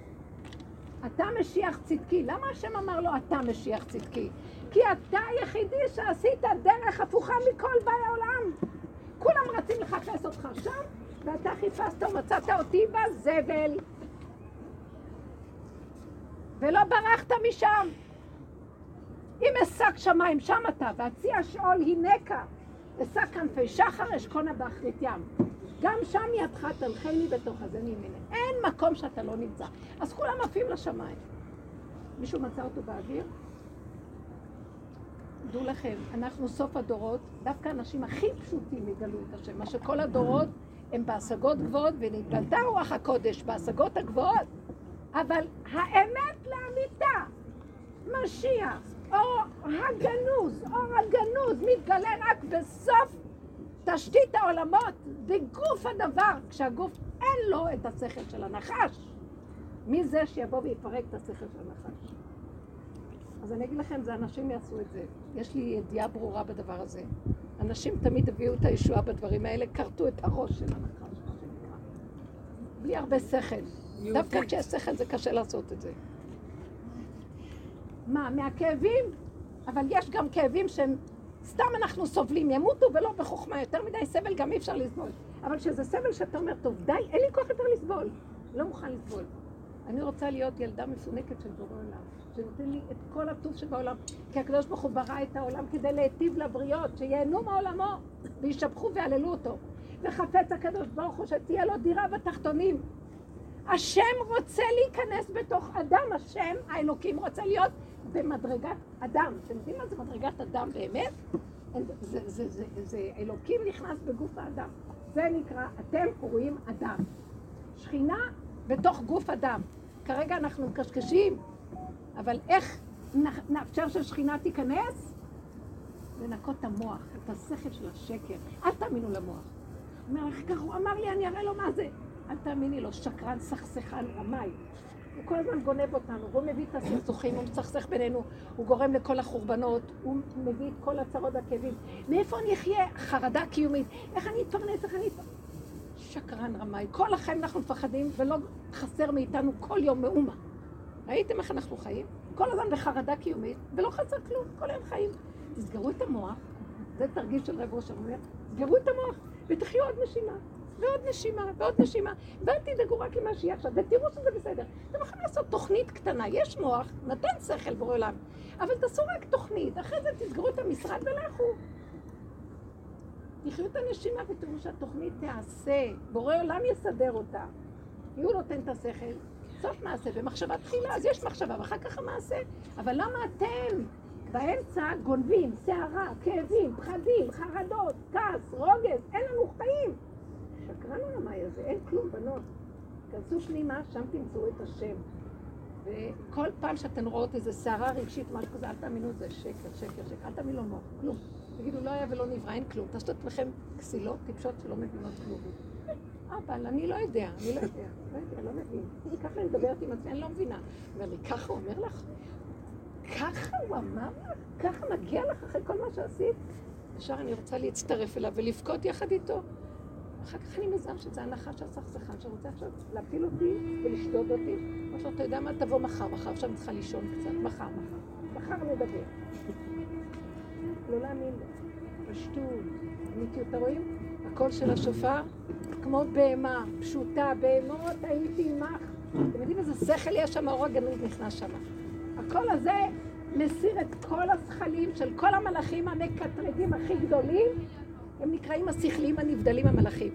אתה משיח צדקי. למה השם אמר לו אתה משיח צדקי? כי אתה היחידי שעשית דרך הפוכה מכל באי העולם. כולם רצים לחפש אותך שם, ואתה חיפשת ומצאת אותי בזבל. ולא ברחת משם. אם אשק שמיים שם אתה, והציע שאול הנקה, אשק כנפי שחר אשכונה באחרית ים. גם שם ידך תלכני בתוך הזן ימיני. אין מקום שאתה לא נמצא. אז כולם עפים לשמיים. מישהו מצא אותו באוויר? דעו לכם, אנחנו סוף הדורות, דווקא האנשים הכי פשוטים יגלו את השם. מה שכל הדורות הם בהשגות גבוהות, ונתגלתה רוח הקודש בהשגות הגבוהות. אבל האמת לאמיתה, משיח, אור הגנוז, אור הגנוז, מתגלה רק בסוף תשתית העולמות, בגוף הדבר, כשהגוף אין לו את השכל של הנחש. מי זה שיבוא ויפרק את השכל של הנחש? אז אני אגיד לכם, זה אנשים יעשו את זה. יש לי ידיעה ברורה בדבר הזה. אנשים תמיד הביאו את הישועה בדברים האלה, קרטו את הראש של הנחש. בלי הרבה שכל. דווקא כשיש שכל זה קשה לעשות את זה. מה, מהכאבים? אבל יש גם כאבים שהם סתם אנחנו סובלים, ימותו ולא בחוכמה, יותר מדי סבל גם אי אפשר לסבול. אבל שזה סבל שאתה אומר, טוב, די, אין לי כוח יותר לסבול. לא מוכן לסבול. אני רוצה להיות ילדה מפונקת של בורא עולם, שנותן לי את כל הטוב שבעולם, כי הקדוש ברוך הוא ברא את העולם כדי להיטיב לבריות, שיהנו מעולמו וישבחו ויעללו אותו. וחפץ הקדוש ברוך הוא שתהיה לו דירה בתחתונים. השם רוצה להיכנס בתוך אדם, השם, האלוקים רוצה להיות במדרגת אדם. אתם יודעים מה זה מדרגת אדם באמת? זה, זה, זה, זה, אלוקים נכנס בגוף האדם. זה נקרא, אתם רואים אדם. שכינה בתוך גוף אדם. כרגע אנחנו מקשקשים, אבל איך נאפשר ששכינה תיכנס? לנקות את המוח, את השכל של השקר. אל תאמינו למוח. הוא אומר, איך כך הוא אמר לי, אני אראה לו מה זה. אל תאמיני לו, שקרן, סכסכן, רמאי. הוא כל הזמן גונב אותנו, הוא מביא את הסכסוכים, הוא מצחצח בינינו, הוא גורם לכל החורבנות, הוא מביא את כל הצרות והכאבים. מאיפה אני אחיה? חרדה קיומית. איך אני אתפרנס? איך אני אתפרנס? שקרן רמאי. כל החיים אנחנו מפחדים ולא חסר מאיתנו כל יום מאומה. ראיתם איך אנחנו חיים? כל הזמן בחרדה קיומית ולא חסר כלום, כל היום חיים. תסגרו את המוח, זה תרגיל של רב ראש אומר, תסגרו את המוח ותחיו עוד נשימה. ועוד נשימה, ועוד נשימה, ואל תדאגו רק למה שיהיה עכשיו, ותראו שזה בסדר. אתם יכולים לעשות תוכנית קטנה, יש מוח, נתן שכל בורא עולם, אבל תעשו רק תוכנית, אחרי זה תסגרו את המשרד ולכו. תחיו את הנשימה ותראו שהתוכנית תעשה, בורא עולם יסדר אותה. הוא נותן את השכל, סוף מעשה ומחשבה תחילה, אז יש מחשבה ואחר כך המעשה. אבל למה אתם באמצע גונבים, שערה, כאבים, פחדים, חרדות, כעס, רוגז, אין לנו חיים? שקרן עולמי הזה, אין כלום בנות. כנסו פנימה, שם תמצאו את השם. וכל פעם שאתן רואות איזו שערה רגשית, משהו כזה, אל תאמינו, זה שקר, שקר, שקר, אל תאמינו לו, כלום. תגידו, לא היה ולא נברא, אין כלום. תעשו את אתכם כסילות, טיפשות שלא מבינות כלום. אבל אני לא יודע, אני לא יודע, לא יודע, לא מבין. ככה אני מדברת עם עצמי, אני לא מבינה. אומר לי, ככה הוא אומר לך? ככה הוא אמר לך? ככה מגיע לך אחרי כל מה שעשית? ישר אני רוצה להצטרף אליו ולבכות יחד איתו. אחר כך אני מזהה שזה הנחש הסכסכן שרוצה עכשיו להפיל אותי ולשדוד אותי. עכשיו, אתה יודע מה? תבוא מחר, מחר, עכשיו אני צריכה לישון קצת, מחר, מחר. מחר נדבר. לא להאמין, פשטות, אמיתיות. אתה רואים? הקול של השופר, כמו בהמה, פשוטה, בהמות הייתי עמך. אתם יודעים איזה שכל יש שם, האור הגנוז נכנס שם. הקול הזה מסיר את כל השכלים של כל המלאכים המקטרגים הכי גדולים, הם נקראים השכלים הנבדלים המלאכים.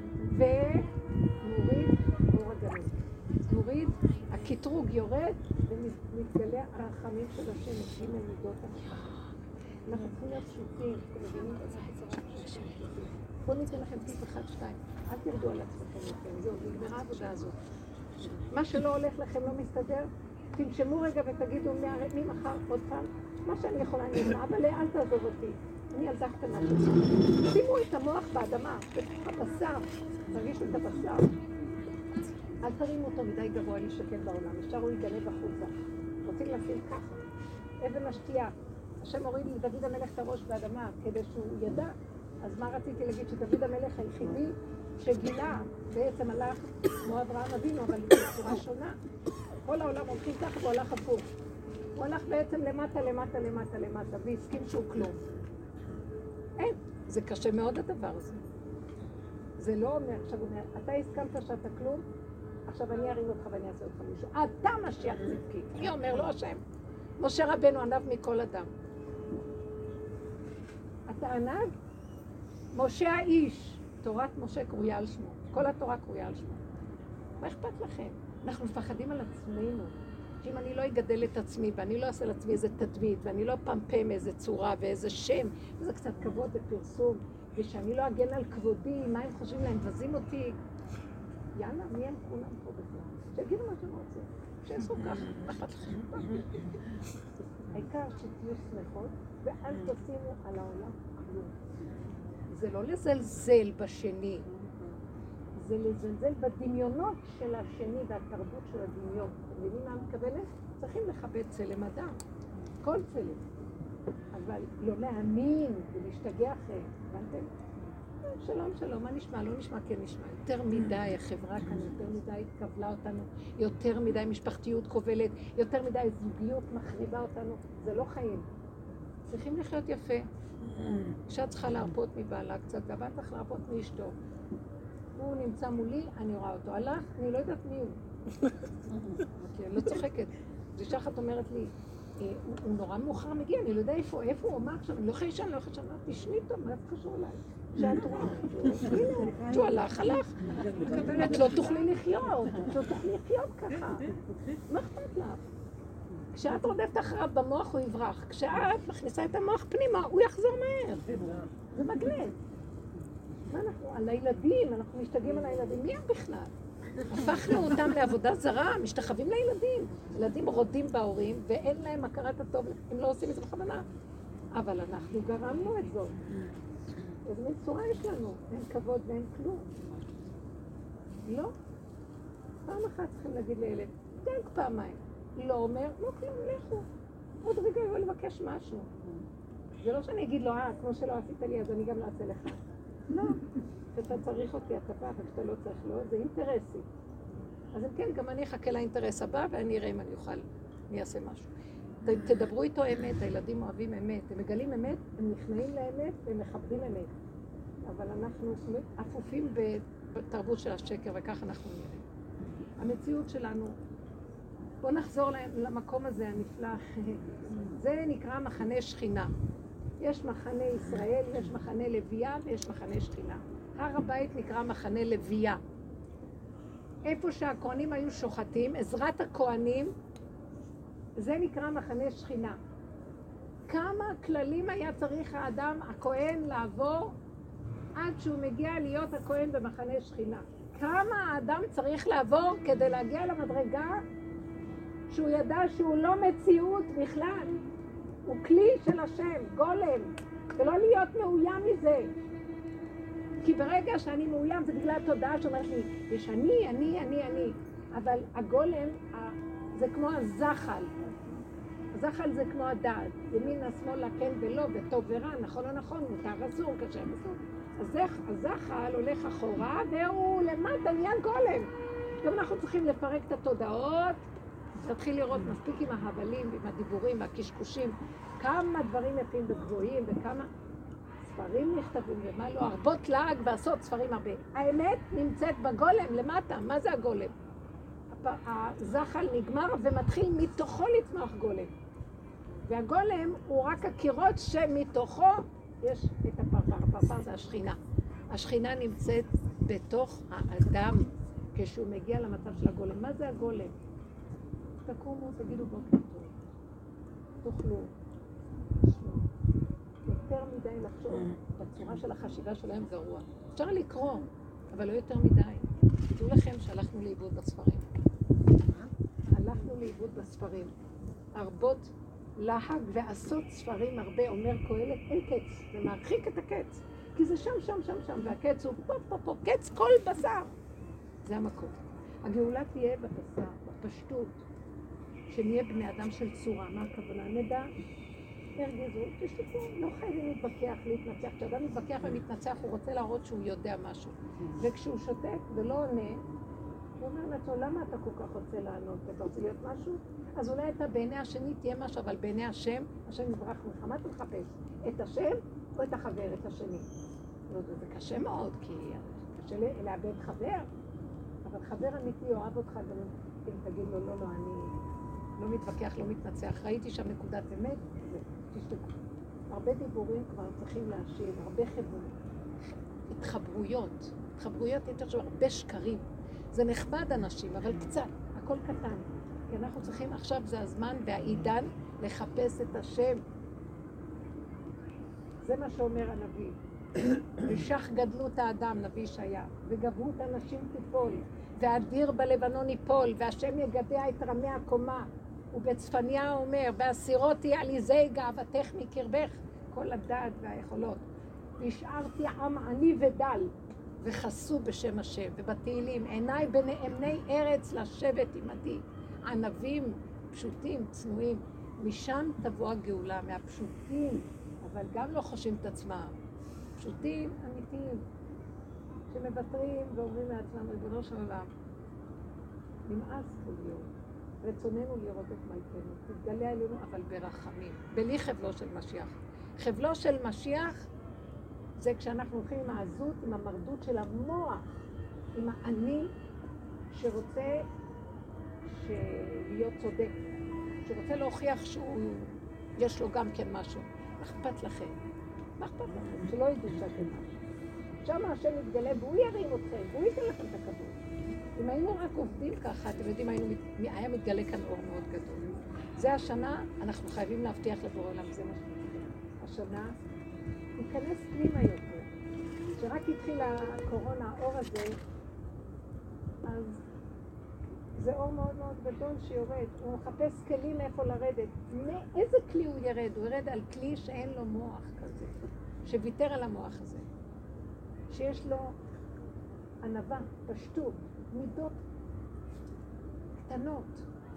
ומוריד אור הגנוז. מוריד, הקטרוג יורד ומתגלה הרחמים של השם, מגיעים למידות המשפחה. אנחנו צריכים להיות פשוטים, אתם מבינים? בואו ניתן לכם טיפ אחד, שתיים. אל תרדו על עצמכם יותר, זהו, נגמרה העבודה הזאת. מה שלא הולך לכם לא מסתדר, תנשמו רגע ותגידו ממחר עוד פעם, מה שאני יכולה נראה, אבל אל תעזוב אותי. אני ילדה קטנה שלך. שימו את המוח באדמה, בתוך הבשר, תרגישו את הבשר. אל תרימו אותו מדי גבוה להישכן בעולם, ישר הוא יגנב החוצה. רוצים לשים ככה. אבן השתייה. השם הוריד לדוד המלך את הראש באדמה, כדי שהוא ידע. אז מה רציתי להגיד? שדוד המלך היחידי שגילה בעצם הלך כמו אברהם אבינו, אבל בצורה שונה. כל העולם הולכים ככה והוא הלך הפוך. הוא הלך בעצם למטה, למטה, למטה, למטה, והסכים שהוא כלום. אין, זה קשה מאוד הדבר הזה. זה לא אומר, עכשיו הוא אומר, אתה הסכמת שאתה כלום, עכשיו אני ארים אותך ואני אעשה אותך מישהו. אתה משיח צדקי. מי אומר? לא השם. משה רבנו ענב מכל אדם. אתה ענב? משה האיש, תורת משה קרויה על שמו. כל התורה קרויה על שמו. מה אכפת לכם? אנחנו מפחדים על עצמנו. שאם אני לא אגדל את עצמי, ואני לא אעשה לעצמי איזה תדמית, ואני לא פמפם איזה צורה ואיזה שם, וזה קצת כבוד ופרסום, ושאני לא אגן על כבודי, מה הם חושבים להם, מבזים אותי. יאללה, מי הם כולם פה בכלל? שיגידו מה שהם רוצים. שיעשו ככה, מה אכפת לכם? העיקר שתהיו שמחות, ואל תשימו על העולם כלום. זה לא לזלזל בשני, זה לזלזל בדמיונות של השני והתרבות של הדמיון. אתם מבינים מה מתכוונת? צריכים לכבד צלם אדם, כל צלם. אבל לא להאמין ולהשתגע אחרי, הבנתם? שלום, שלום, מה נשמע? לא נשמע, כן נשמע. יותר מדי, החברה כאן יותר מדי התקבלה אותנו, יותר מדי משפחתיות כובלת, יותר מדי זוגיות מחריבה אותנו. זה לא חיים. צריכים לחיות יפה. אישה צריכה להרפות מבעלה קצת, והבא צריך להרפות מאשתו. הוא נמצא מולי, אני רואה אותו. הלך, אני לא יודעת מי הוא. אני לא צוחקת. אישה אחת אומרת לי, הוא נורא מאוחר מגיע, אני לא יודע איפה, איפה הוא אמר עכשיו, אני לא יכולה לישון, אני לא יכולה לישון, תשני טוב, מה זה קשור אליי? שאת רואה, הנה, שהוא הלך, הלך. את לא תוכלי לחיות, את לא תוכלי לחיות ככה. מה אכפת לך? כשאת רודפת אחריו במוח הוא יברח, כשאת מכניסה את המוח פנימה הוא יחזור מהר. זה מגנט. מה אנחנו? על הילדים, אנחנו משתגעים על הילדים, מי הם בכלל? הפכנו אותם לעבודה זרה, משתחווים לילדים. ילדים רודים בהורים ואין להם הכרת הטוב, הם לא עושים את זה בכוונה. אבל אנחנו גרמנו את זאת. איזה מין צורה יש לנו, אין כבוד ואין כלום. לא. פעם אחת צריכים להגיד לילד, דנק פעמיים. לא אומר, לא כלום, לכו. עוד רגע יבוא לבקש משהו. זה לא שאני אגיד לו, אה, כמו שלא עשית לי, אז אני גם לא אעשה לך. לא. כשאתה צריך אותי, אתה בא, וכשאתה לא צריך לו, זה אינטרסי. אז אם כן, גם אני אחכה לאינטרס הבא, ואני אראה אם אני אוכל, אני אעשה משהו. תדברו איתו אמת, הילדים אוהבים אמת, הם מגלים אמת, הם נכנעים לאמת, והם מכבדים אמת. אבל אנחנו אפופים בתרבות של השקר, וכך אנחנו נראים. המציאות שלנו, בואו נחזור למקום הזה הנפלא, זה נקרא מחנה שכינה. יש מחנה ישראל, יש מחנה לוויה ויש מחנה שכינה. הר הבית נקרא מחנה לוויה. איפה שהכהנים היו שוחטים, עזרת הכהנים, זה נקרא מחנה שכינה. כמה כללים היה צריך האדם, הכהן, לעבור עד שהוא מגיע להיות הכהן במחנה שכינה? כמה האדם צריך לעבור כדי להגיע למדרגה שהוא ידע שהוא לא מציאות בכלל? הוא כלי של השם, גולם, ולא להיות מאוים מזה. כי ברגע שאני מאוים זה בגלל התודעה שאומרת לי, יש אני, אני, אני, אני. אבל הגולם זה כמו הזחל. הזחל זה כמו הדעת. ימין, השמאל, כן ולא, וטוב ורע, נכון או נכון, מותר, אסור, קשה, אסור. אז הזחל הולך אחורה והוא למטה נהיה גולם. גם אנחנו צריכים לפרק את התודעות, להתחיל לראות מספיק עם ההבלים, עם הדיבורים והקשקושים, כמה דברים יפים וגבוהים וכמה ספרים נכתבים ומה לא, הרבות לעג ועשות ספרים הרבה. האמת נמצאת בגולם למטה. מה זה הגולם? הזחל נגמר ומתחיל מתוכו לצמוח גולם. והגולם הוא רק הקירות שמתוכו יש את הפרפר. הפרפר זה השכינה. השכינה נמצאת בתוך האדם כשהוא מגיע למצב של הגולם. מה זה הגולם? תקומו, תגידו בוקר טוב. תאכלו. יותר מדי לחשוב, בצורה של החשיבה שלהם גרוע. אפשר לקרוא, אבל לא יותר מדי. תדעו לכם שהלכנו לאיבוד בספרים. הלכנו לאיבוד בספרים. הרבות להג ועשות ספרים הרבה, אומר קהלת, אין קץ. זה מרחיק את הקץ. כי זה שם, שם, שם, שם, והקץ הוא פה, פה, פה, קץ כל בשר. זה המקום. הגאולה תהיה בבשר, בפשטות, שנהיה בני אדם של צורה. מה הכוונה? נדע, הרגיזו, תשתפו, לא חייבים להתווכח, להתנצח. כשאדם מתווכח ומתנצח, הוא רוצה להראות שהוא יודע משהו. וכשהוא שותק ולא עונה, הוא אומר לעצמו, למה אתה כל כך רוצה לענות? אתה רוצה להיות משהו? אז אולי אתה בעיני השני תהיה משהו, אבל בעיני השם, השם יברח ממך. מה אתה מחפש? את השם או את החבר, את השני? זה קשה מאוד, כי קשה לאבד חבר. אבל חבר אמיתי אוהב אותך, גם אם תגיד לו, לא, לא, אני לא מתווכח, לא מתנצח. ראיתי שם נקודת אמת, תשתקו. הרבה דיבורים כבר צריכים להשיב, הרבה חברות, התחברויות. התחברויות יותר שם, הרבה שקרים. זה נחמד אנשים, אבל קצת, הכל קטן. כי אנחנו צריכים, עכשיו זה הזמן והעידן לחפש את השם. זה מה שאומר הנביא. ושך גדלות האדם, נביא ישעיה, וגברות הנשים תיפול, והאדיר בלבנון ייפול, והשם יגדע את רמי הקומה. ובצפניה אומר, והסירותי עליזי גאוותך מקרבך, כל הדעת והיכולות. והשארתי עם עני ודל, וחסו בשם השם. ובתהילים, עיניי בנאמני ארץ לשבת עמדי. ענבים פשוטים, צנועים. משם תבוא הגאולה, מהפשוטים, אבל גם לא חושבים את עצמם. פשוטים, אמיתיים, שמוותרים ואומרים לעצמם, ריבונו של עולם, נמאס כל יום. רצוננו לראות את מלכנו, תתגלה עלינו, אבל ברחמים, בלי חבלו של משיח. חבלו של משיח זה כשאנחנו הולכים עם העזות, עם המרדות של המוח, עם האני שרוצה להיות צודק, שרוצה להוכיח שיש לו גם כן משהו. מה אכפת לכם? מה אכפת לכם? שלא ידעו שאתם משהו. שם השם יתגלה והוא ירים אתכם, והוא ייתן לכם את הכבוד. אם היינו רק עובדים ככה, אתם יודעים, היינו, היה מתגלה כאן אור מאוד גדול. זה השנה, אנחנו חייבים להבטיח לבורא עולם, זה מה שנקרא. השנה, ניכנס פנימה יותר. כשרק התחיל הקורונה, האור הזה, אז זה אור מאוד מאוד גדול שיורד. הוא מחפש כלים איפה לרדת. מאיזה כלי הוא ירד? הוא ירד על כלי שאין לו מוח כזה, שוויתר על המוח הזה. שיש לו ענווה, פשטות, מידות קטנות,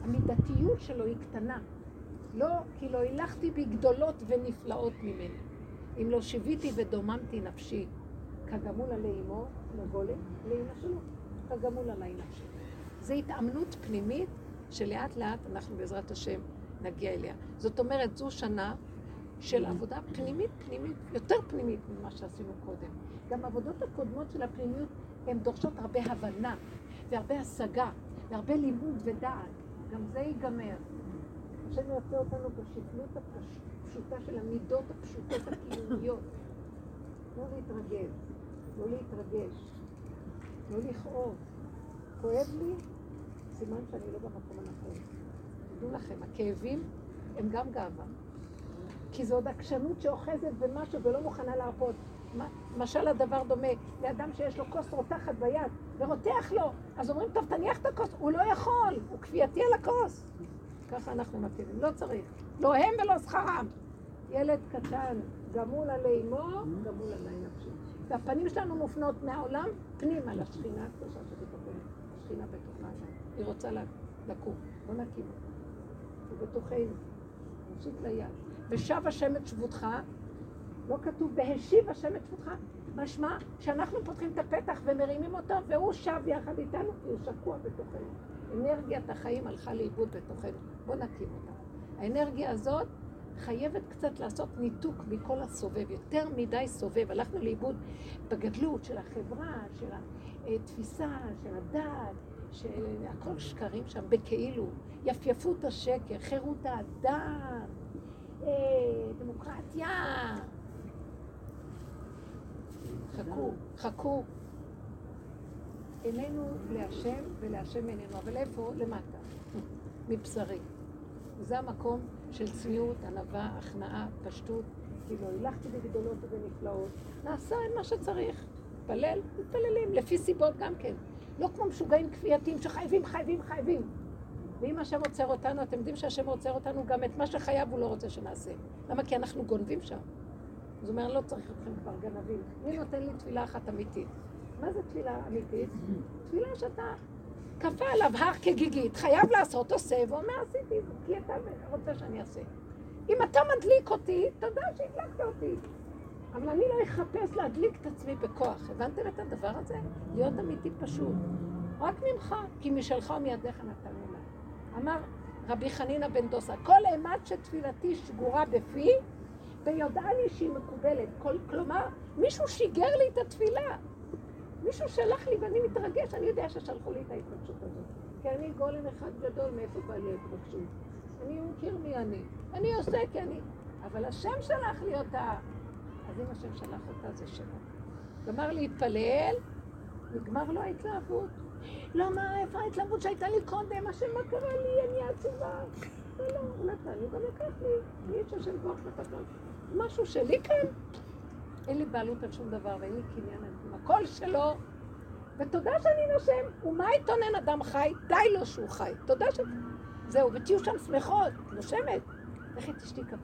המידתיות שלו היא קטנה. לא, כי לא הילכתי בגדולות ונפלאות ממני. אם לא שיוויתי ודוממתי נפשי, כגמול עלי אמו, נגולת, לאמא שלו, כגמול עלי נפשי. זו התאמנות פנימית שלאט לאט אנחנו בעזרת השם נגיע אליה. זאת אומרת, זו שנה של עבודה פנימית, פנימית, יותר פנימית ממה שעשינו קודם. גם העבודות הקודמות של הפנימיות הן דורשות הרבה הבנה והרבה השגה והרבה לימוד ודעת. גם זה ייגמר. השם יוצא אותנו בשפלות הפשוטה של המידות הפשוטות הקיומיות. לא להתרגל, לא להתרגש, לא לכאוב. כואב לי, סימן שאני לא במקום הנכון. תדעו לכם, הכאבים הם גם גאווה. כי זו עוד עקשנות שאוחזת במשהו ולא מוכנה להרפות. משל הדבר דומה לאדם שיש לו כוס רותחת ביד ורותח לו, אז אומרים, טוב, תניח את הכוס, הוא לא יכול, הוא כפייתי על הכוס. ככה אנחנו מכירים, לא צריך, לא הם ולא שכרם. ילד קטן, גמול עלי אמו, גמול עלי נפשי. והפנים שלנו מופנות מהעולם פנימה לשכינה הקדושה שבתוכנו, השכינה בתוכה, היא רוצה לקום, בוא נקים אותה. היא בתוכנו, נושיט ליד. ושב השם את שבותך, לא כתוב בהשיב השם את שבותך, משמע שאנחנו פותחים את הפתח ומרימים אותו והוא שב יחד איתנו, הוא שקוע בתוכנו. אנרגיית החיים הלכה לאיבוד בתוכנו, בוא נקים אותה. האנרגיה הזאת חייבת קצת לעשות ניתוק מכל הסובב, יותר מדי סובב, הלכנו לאיבוד בגדלות של החברה, של התפיסה, של הדעת, של הכל שקרים שם בכאילו, יפייפות השקר, חירות האדם, דמוקרטיה. חכו, חכו. איננו להשם ולהשם איננו, אבל איפה? למטה, מבשרי. זה המקום של צניעות, ענווה, הכנעה, פשטות, כאילו הילכתי בגדולות ובנפלאות, נעשה מה שצריך, פלל, מתפללים, לפי סיבות גם כן. לא כמו משוגעים כפייתיים שחייבים, חייבים, חייבים. ואם השם עוצר אותנו, אתם יודעים שהשם עוצר אותנו, גם את מה שחייב הוא לא רוצה שנעשה. למה? כי אנחנו גונבים שם. זאת אומרת, לא צריך אתכם כבר גנבים. מי נותן לי תפילה אחת אמיתית? מה זה תפילה אמיתית? תפילה שאתה כפה עליו הר כגיגית, חייב לעשות, עושה, ואומר, עשיתי, כי אתה רוצה שאני אעשה. אם אתה מדליק אותי, תודה שהדלקת אותי. אבל אני לא אחפש להדליק את עצמי בכוח. הבנתם את הדבר הזה? להיות אמיתי פשוט. רק ממך, כי משלך ומידיך נתנו לה. אמר רבי חנינא בן דוסא, כל אימת שתפילתי שגורה בפי, ביודעה לי שהיא מקובלת. כל, כלומר, מישהו שיגר לי את התפילה. מישהו שלח לי ואני מתרגש, אני יודע ששלחו לי את ההתרגשות הזאת. כי אני גולם אחד גדול, מאיפה בא לי ההתרגשות? אני מכיר מי אני. אני עושה כי אני... אבל השם שלח לי אותה. אז אם השם שלח אותה, זה שלו. גמר להתפלל, נגמר לו ההתלהבות. לא, מה, איפה ההתלהבות שהייתה לי קודם? השם, מה קרה לי? אני עצובה. לא, לא, הוא נתן לי, גם לקח לי. אני יש השם כוח נתן. משהו שלי כאן. אין לי בעלות על שום דבר, ואין לי קניין על כלום. הכל שלו. ותודה שאני נושם. ומה יתונן אדם חי? די לו שהוא חי. תודה ש... זהו, ותהיו שם שמחות. נושמת. לכי תשתי קפה.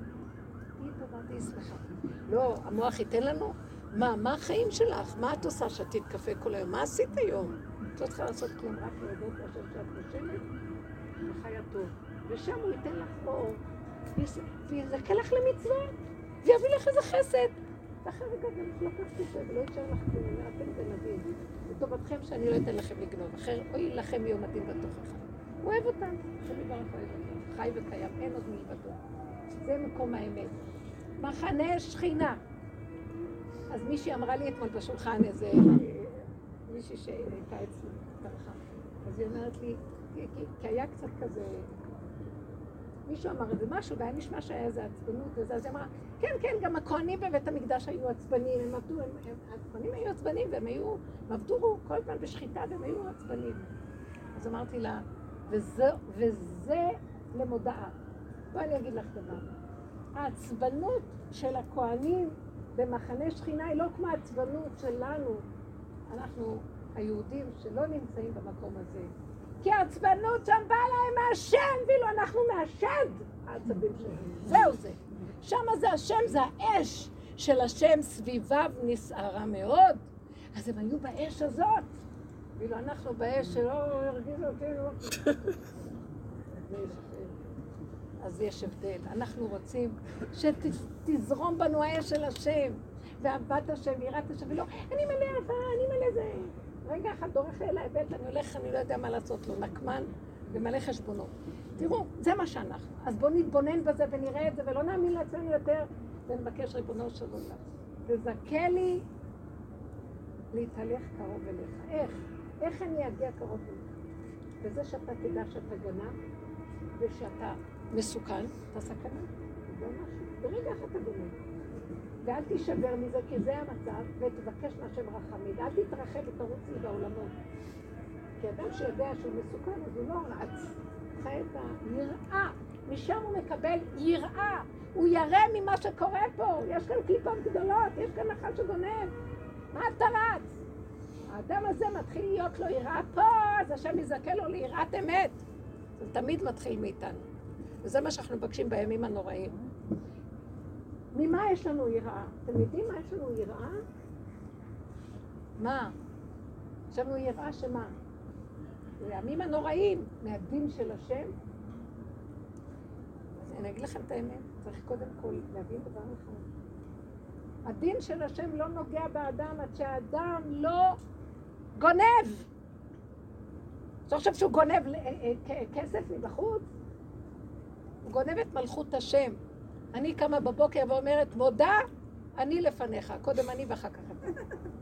תהי טובה, תהי שמחה. לא, המוח ייתן לנו. מה, מה החיים שלך? מה את עושה שתית קפה כל היום? מה עשית היום? את לא צריכה לעשות כלום, רק להודות להשם שאת נושמת וחיה טוב. ושם הוא ייתן לך אור, ויזכה לך למצווה, ויביא לך איזה חסד. ואחרי רגע גם לקחת את זה, ולא יישאר לך כלום, אתם גנבים. לטובתכם שאני לא אתן לכם לגנוב, אחר אוי לכם יום הדין בתוכך. הוא אוהב אותם, השם יברך אוהב אותם, חי וקיים, אין עוד מלבדו. זה מקום האמת. מחנה שכינה. אז מישהי אמרה לי אתמול בשולחן איזה, מישהי שהייתה אצלי, תרחה. אז היא אומרת לי, כי, כי, כי היה קצת כזה, מישהו אמר איזה משהו, והיה נשמע שהיה איזה עצבנות וזה, אז היא אמרה, כן, כן, גם הכהנים בבית המקדש היו עצבנים, הם עבדו, הם, הם, הכהנים היו עצבנים, והם היו, הם עבדו כל הזמן בשחיטה, והם היו עצבנים. אז אמרתי לה, וזה, וזה למודעה. בואי אני אגיד לך דבר. העצבנות של הכהנים במחנה שכינה היא לא כמו העצבנות שלנו, אנחנו היהודים שלא נמצאים במקום הזה. כי העצבנות שם באה להם מהשם, ואילו אנחנו מהשד, העצבים שלנו. זהו זה. שם זה השם, זה האש של השם סביביו נסערה מאוד. אז הם היו באש הזאת. ואילו אנחנו באש שלא הרגיזו אותנו. זה יש הבדל. אז יש הבדל. אנחנו רוצים שתזרום בנו האש של השם, ואהבת השם, יראת השם, ולא, אני מלא אהבה, אני מלא זה. רגע אחד דורך אליי בית, אני הולך, אני לא יודע מה לעשות לו, נקמן ומלא חשבונות. תראו, זה מה שאנחנו. אז בואו נתבונן בזה ונראה את זה, ולא נאמין לעצמנו יותר, ונבקש ריבונו של עולם. תזכה לי להתהלך קרוב אליך. איך? איך אני אגיע קרוב אליך? בזה שאתה תדע שאתה גנב, ושאתה מסוכן, אתה סכנה. זה משהו. ברגע אחד אתה גונב. ואל תישבר מזה, כי זה המצב, ותבקש מהשם רחמים. אל תתרחב ותרוץ לי בעולמות. כי אדם שיודע שהוא מסוכן, אז הוא לא רץ. חי את היראה. משם הוא מקבל יראה. הוא ירא ממה שקורה פה. יש כאן קליפות גדולות, יש כאן אחד שגונב. מה אתה רץ? האדם הזה מתחיל להיות לו יראה פה, אז השם יזכה לו ליראת אמת. זה תמיד מתחיל מאיתנו. וזה מה שאנחנו מבקשים בימים הנוראים. ממה יש לנו יראה? אתם יודעים מה יש לנו יראה? מה? יש לנו יראה שמה? בימים הנוראים, מהדין של השם. אז אני אגיד לכם את האמת, צריך קודם כל להבין דבר אחד. הדין של השם לא נוגע באדם עד שהאדם לא גונב. אתה חושב שהוא גונב כסף מבחוץ? הוא גונב את מלכות השם. אני קמה בבוקר ואומרת, מודה, אני לפניך. קודם אני ואחר כך אתה.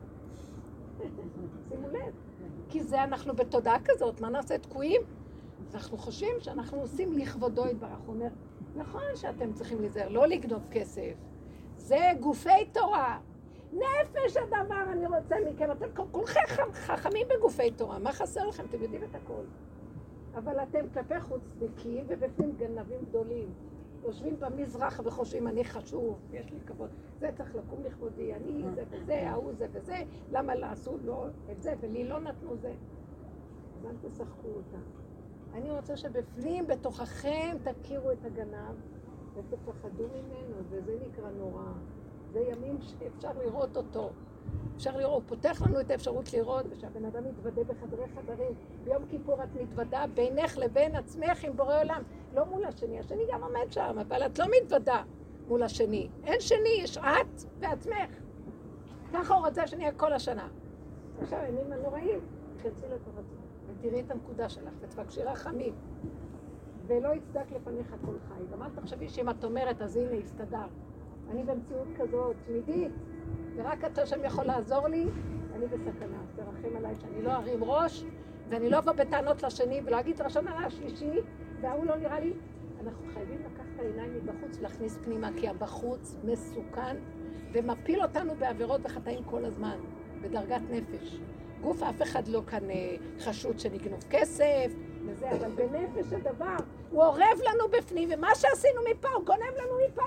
שימו לב. כי זה אנחנו בתודעה כזאת, מה נעשה תקועים? אנחנו חושבים שאנחנו עושים לכבודו יתברך. הוא אומר, נכון שאתם צריכים להיזהר, לא לגנוב כסף. זה גופי תורה. נפש הדבר אני רוצה מכם. אתם כולכם חכמים בגופי תורה. מה חסר לכם? אתם יודעים את הכל. אבל אתם כלפי חוץ צדיקים ובפנים גנבים גדולים. יושבים במזרח וחושבים, אני חשוב, יש לי כבוד. זה צריך לקום לכבודי, אני זה וזה, ההוא זה וזה. למה לעשו לו את זה ולי לא נתנו זה? אז אל תשחקו אותה. אני רוצה שבפנים, בתוככם, תכירו את הגנב ותפחדו ממנו, וזה נקרא נורא. זה ימים שאפשר לראות אותו. אפשר לראות, הוא פותח לנו את האפשרות לראות, ושהבן אדם מתוודה בחדרי חדרים. ביום כיפור את מתוודה בינך לבין עצמך עם בורא עולם. לא מול השני, השני גם עומד שם, אבל את לא מתוודה מול השני. אין שני, יש את ועצמך. ככה הוא רוצה שנהיה כל השנה. עכשיו, ימים הנוראים, תכנסי לתוך עצמך, ותראי את הנקודה שלך, ותבקשי רחמים. ולא יצדק לפניך כל חי. גם אל תחשבי שאם את אומרת, אז הנה, הסתדר. אני במציאות כזאת, תמידית, ורק אתה שם יכול לעזור לי, אני בסכנה. תרחם עליי שאני לא ארים ראש, ואני לא אבוא בטענות לשני, ולא אגיד לשון על השלישי, והוא לא נראה לי. אנחנו חייבים לקחת את העיניים מבחוץ ולהכניס פנימה, כי הבחוץ מסוכן, ומפיל אותנו בעבירות וחטאים כל הזמן, בדרגת נפש. גוף אף אחד לא כאן חשוד שנגנוב כסף, וזה, אבל בנפש הדבר, הוא עורב לנו בפנים, ומה שעשינו מפה, הוא גונב לנו מפה.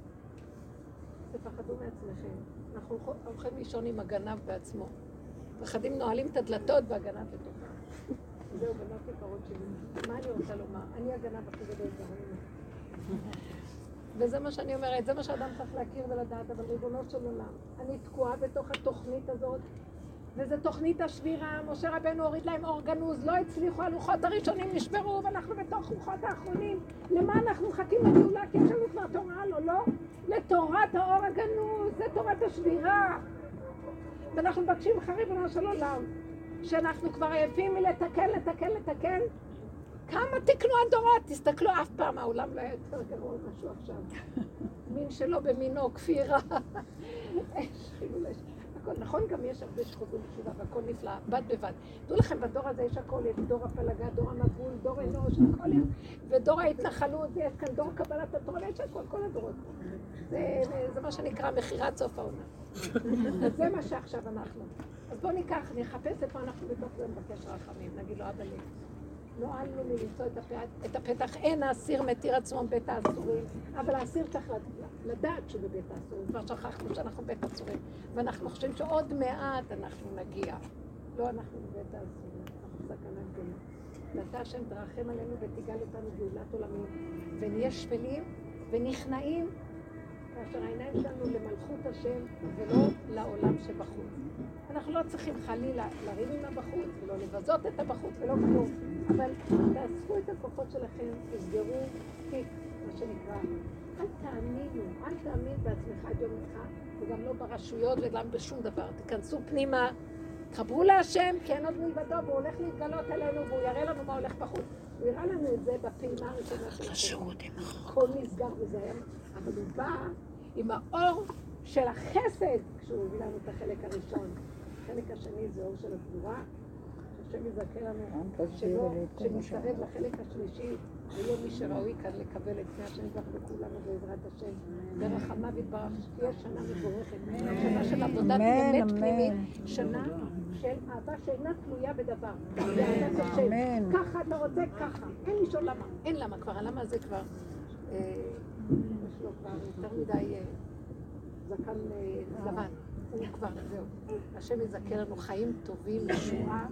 תפחדו מעצמכם. אנחנו הולכים לישון עם הגנב בעצמו. פחדים נועלים את הדלתות והגנב בתוכה. זהו, בנות יקרות שלי. מה אני רוצה לומר? אני הגנב הכי גדול בעולם. וזה מה שאני אומרת, זה מה שאדם צריך להכיר ולדעת, אבל ריבונו של עולם. אני תקועה בתוך התוכנית הזאת, וזו תוכנית השבירה. משה רבנו הוריד להם אור גנוז, לא הצליחו, הלוחות הראשונים נשברו, ואנחנו בתוך לוחות האחרונים. למה אנחנו מחכים לגאולה? כי יש לנו כבר תורה, לא, לא? לתורת האור הגנוז, זה תורת השבירה. ואנחנו מבקשים לך ריבונו של עולם, שאנחנו כבר עייפים מלתקן, לתקן, לתקן. כמה תקנו הדורות? תסתכלו, אף פעם העולם לא היה יותר גרוע משהו עכשיו. מין שלא במינו, כפירה. הכל, נכון, גם יש הרבה שחוזרים בתשובה והכל נפלא, בד בבד. תדעו לכם, בדור הזה יש הכל, יש דור הפלגה, דור המבול, דור אנוש, הכל, ודור ההתנחלות, ויש כאן דור קבלת התורה, יש הכל, כל הדורות. זה, זה מה שנקרא מחירת סוף העונה. אז זה מה שעכשיו אנחנו. אז בואו ניקח, נחפש איפה אנחנו בתוך זה מבקש רחמים, נגיד לו, אבא לי. לא עלנו מלמצוא את הפתח, את הפתח, אין האסיר מתיר עצמו בית האסורים, אבל האסיר צריך לדעת שהוא בבית האסורים, כבר שכחנו שאנחנו בית האסורים, ואנחנו חושבים שעוד מעט אנחנו נגיע. לא, אנחנו בבית האסורים, אנחנו סכנה גדולה. ואתה השם תרחם עלינו ותיגל אותנו גאולת עולמים, ונהיה שפלים ונכנעים, כאשר העיניים שלנו למלכות השם ולא לעולם שבחוץ. אנחנו לא צריכים חלילה לריב עם הבחוץ ולא לבזות את הבחוץ ולא כלום, אבל תאספו את הכוחות שלכם, תסגרו תיק, מה שנקרא. אל תאמינו, אל תאמין בעצמך את יומך, וגם לא ברשויות וגם בשום דבר. תיכנסו פנימה, חברו להשם, כי אין עוד מלבדו, והוא הולך להתגלות עלינו, והוא יראה לנו מה הולך בחוץ. הוא יראה לנו את זה בפעימה הראשונה של החיים. הכל נסגר וזה היה, אבל הוא בא עם האור של החסד, כשהוא הביא לנו את החלק הראשון. החלק השני זה אור של הגבורה, השם יזכה לנו שלא, שמסתרב לחלק השלישי, ויהיה מי שראוי כאן לקבל את פני השם יזבח לכולנו בעזרת השם. ברחמיו יתברך, שתהיה שנה מבורכת, שנה של עבודת אמת פנימית, שנה של אהבה שאינה תלויה בדבר. באהבת השם. ככה אתה רוצה, ככה. אין לשאול למה. אין למה כבר, הלמה הזה כבר, יש לו כבר יותר מדי זקן לבן. הוא כבר, זהו. השם יזכה לנו חיים טובים, ישועה.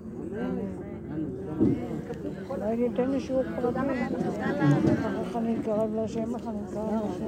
אולי ניתן לשיעור פרטי. איך אני אתקרב להשם, איך אני אתקרב להשם.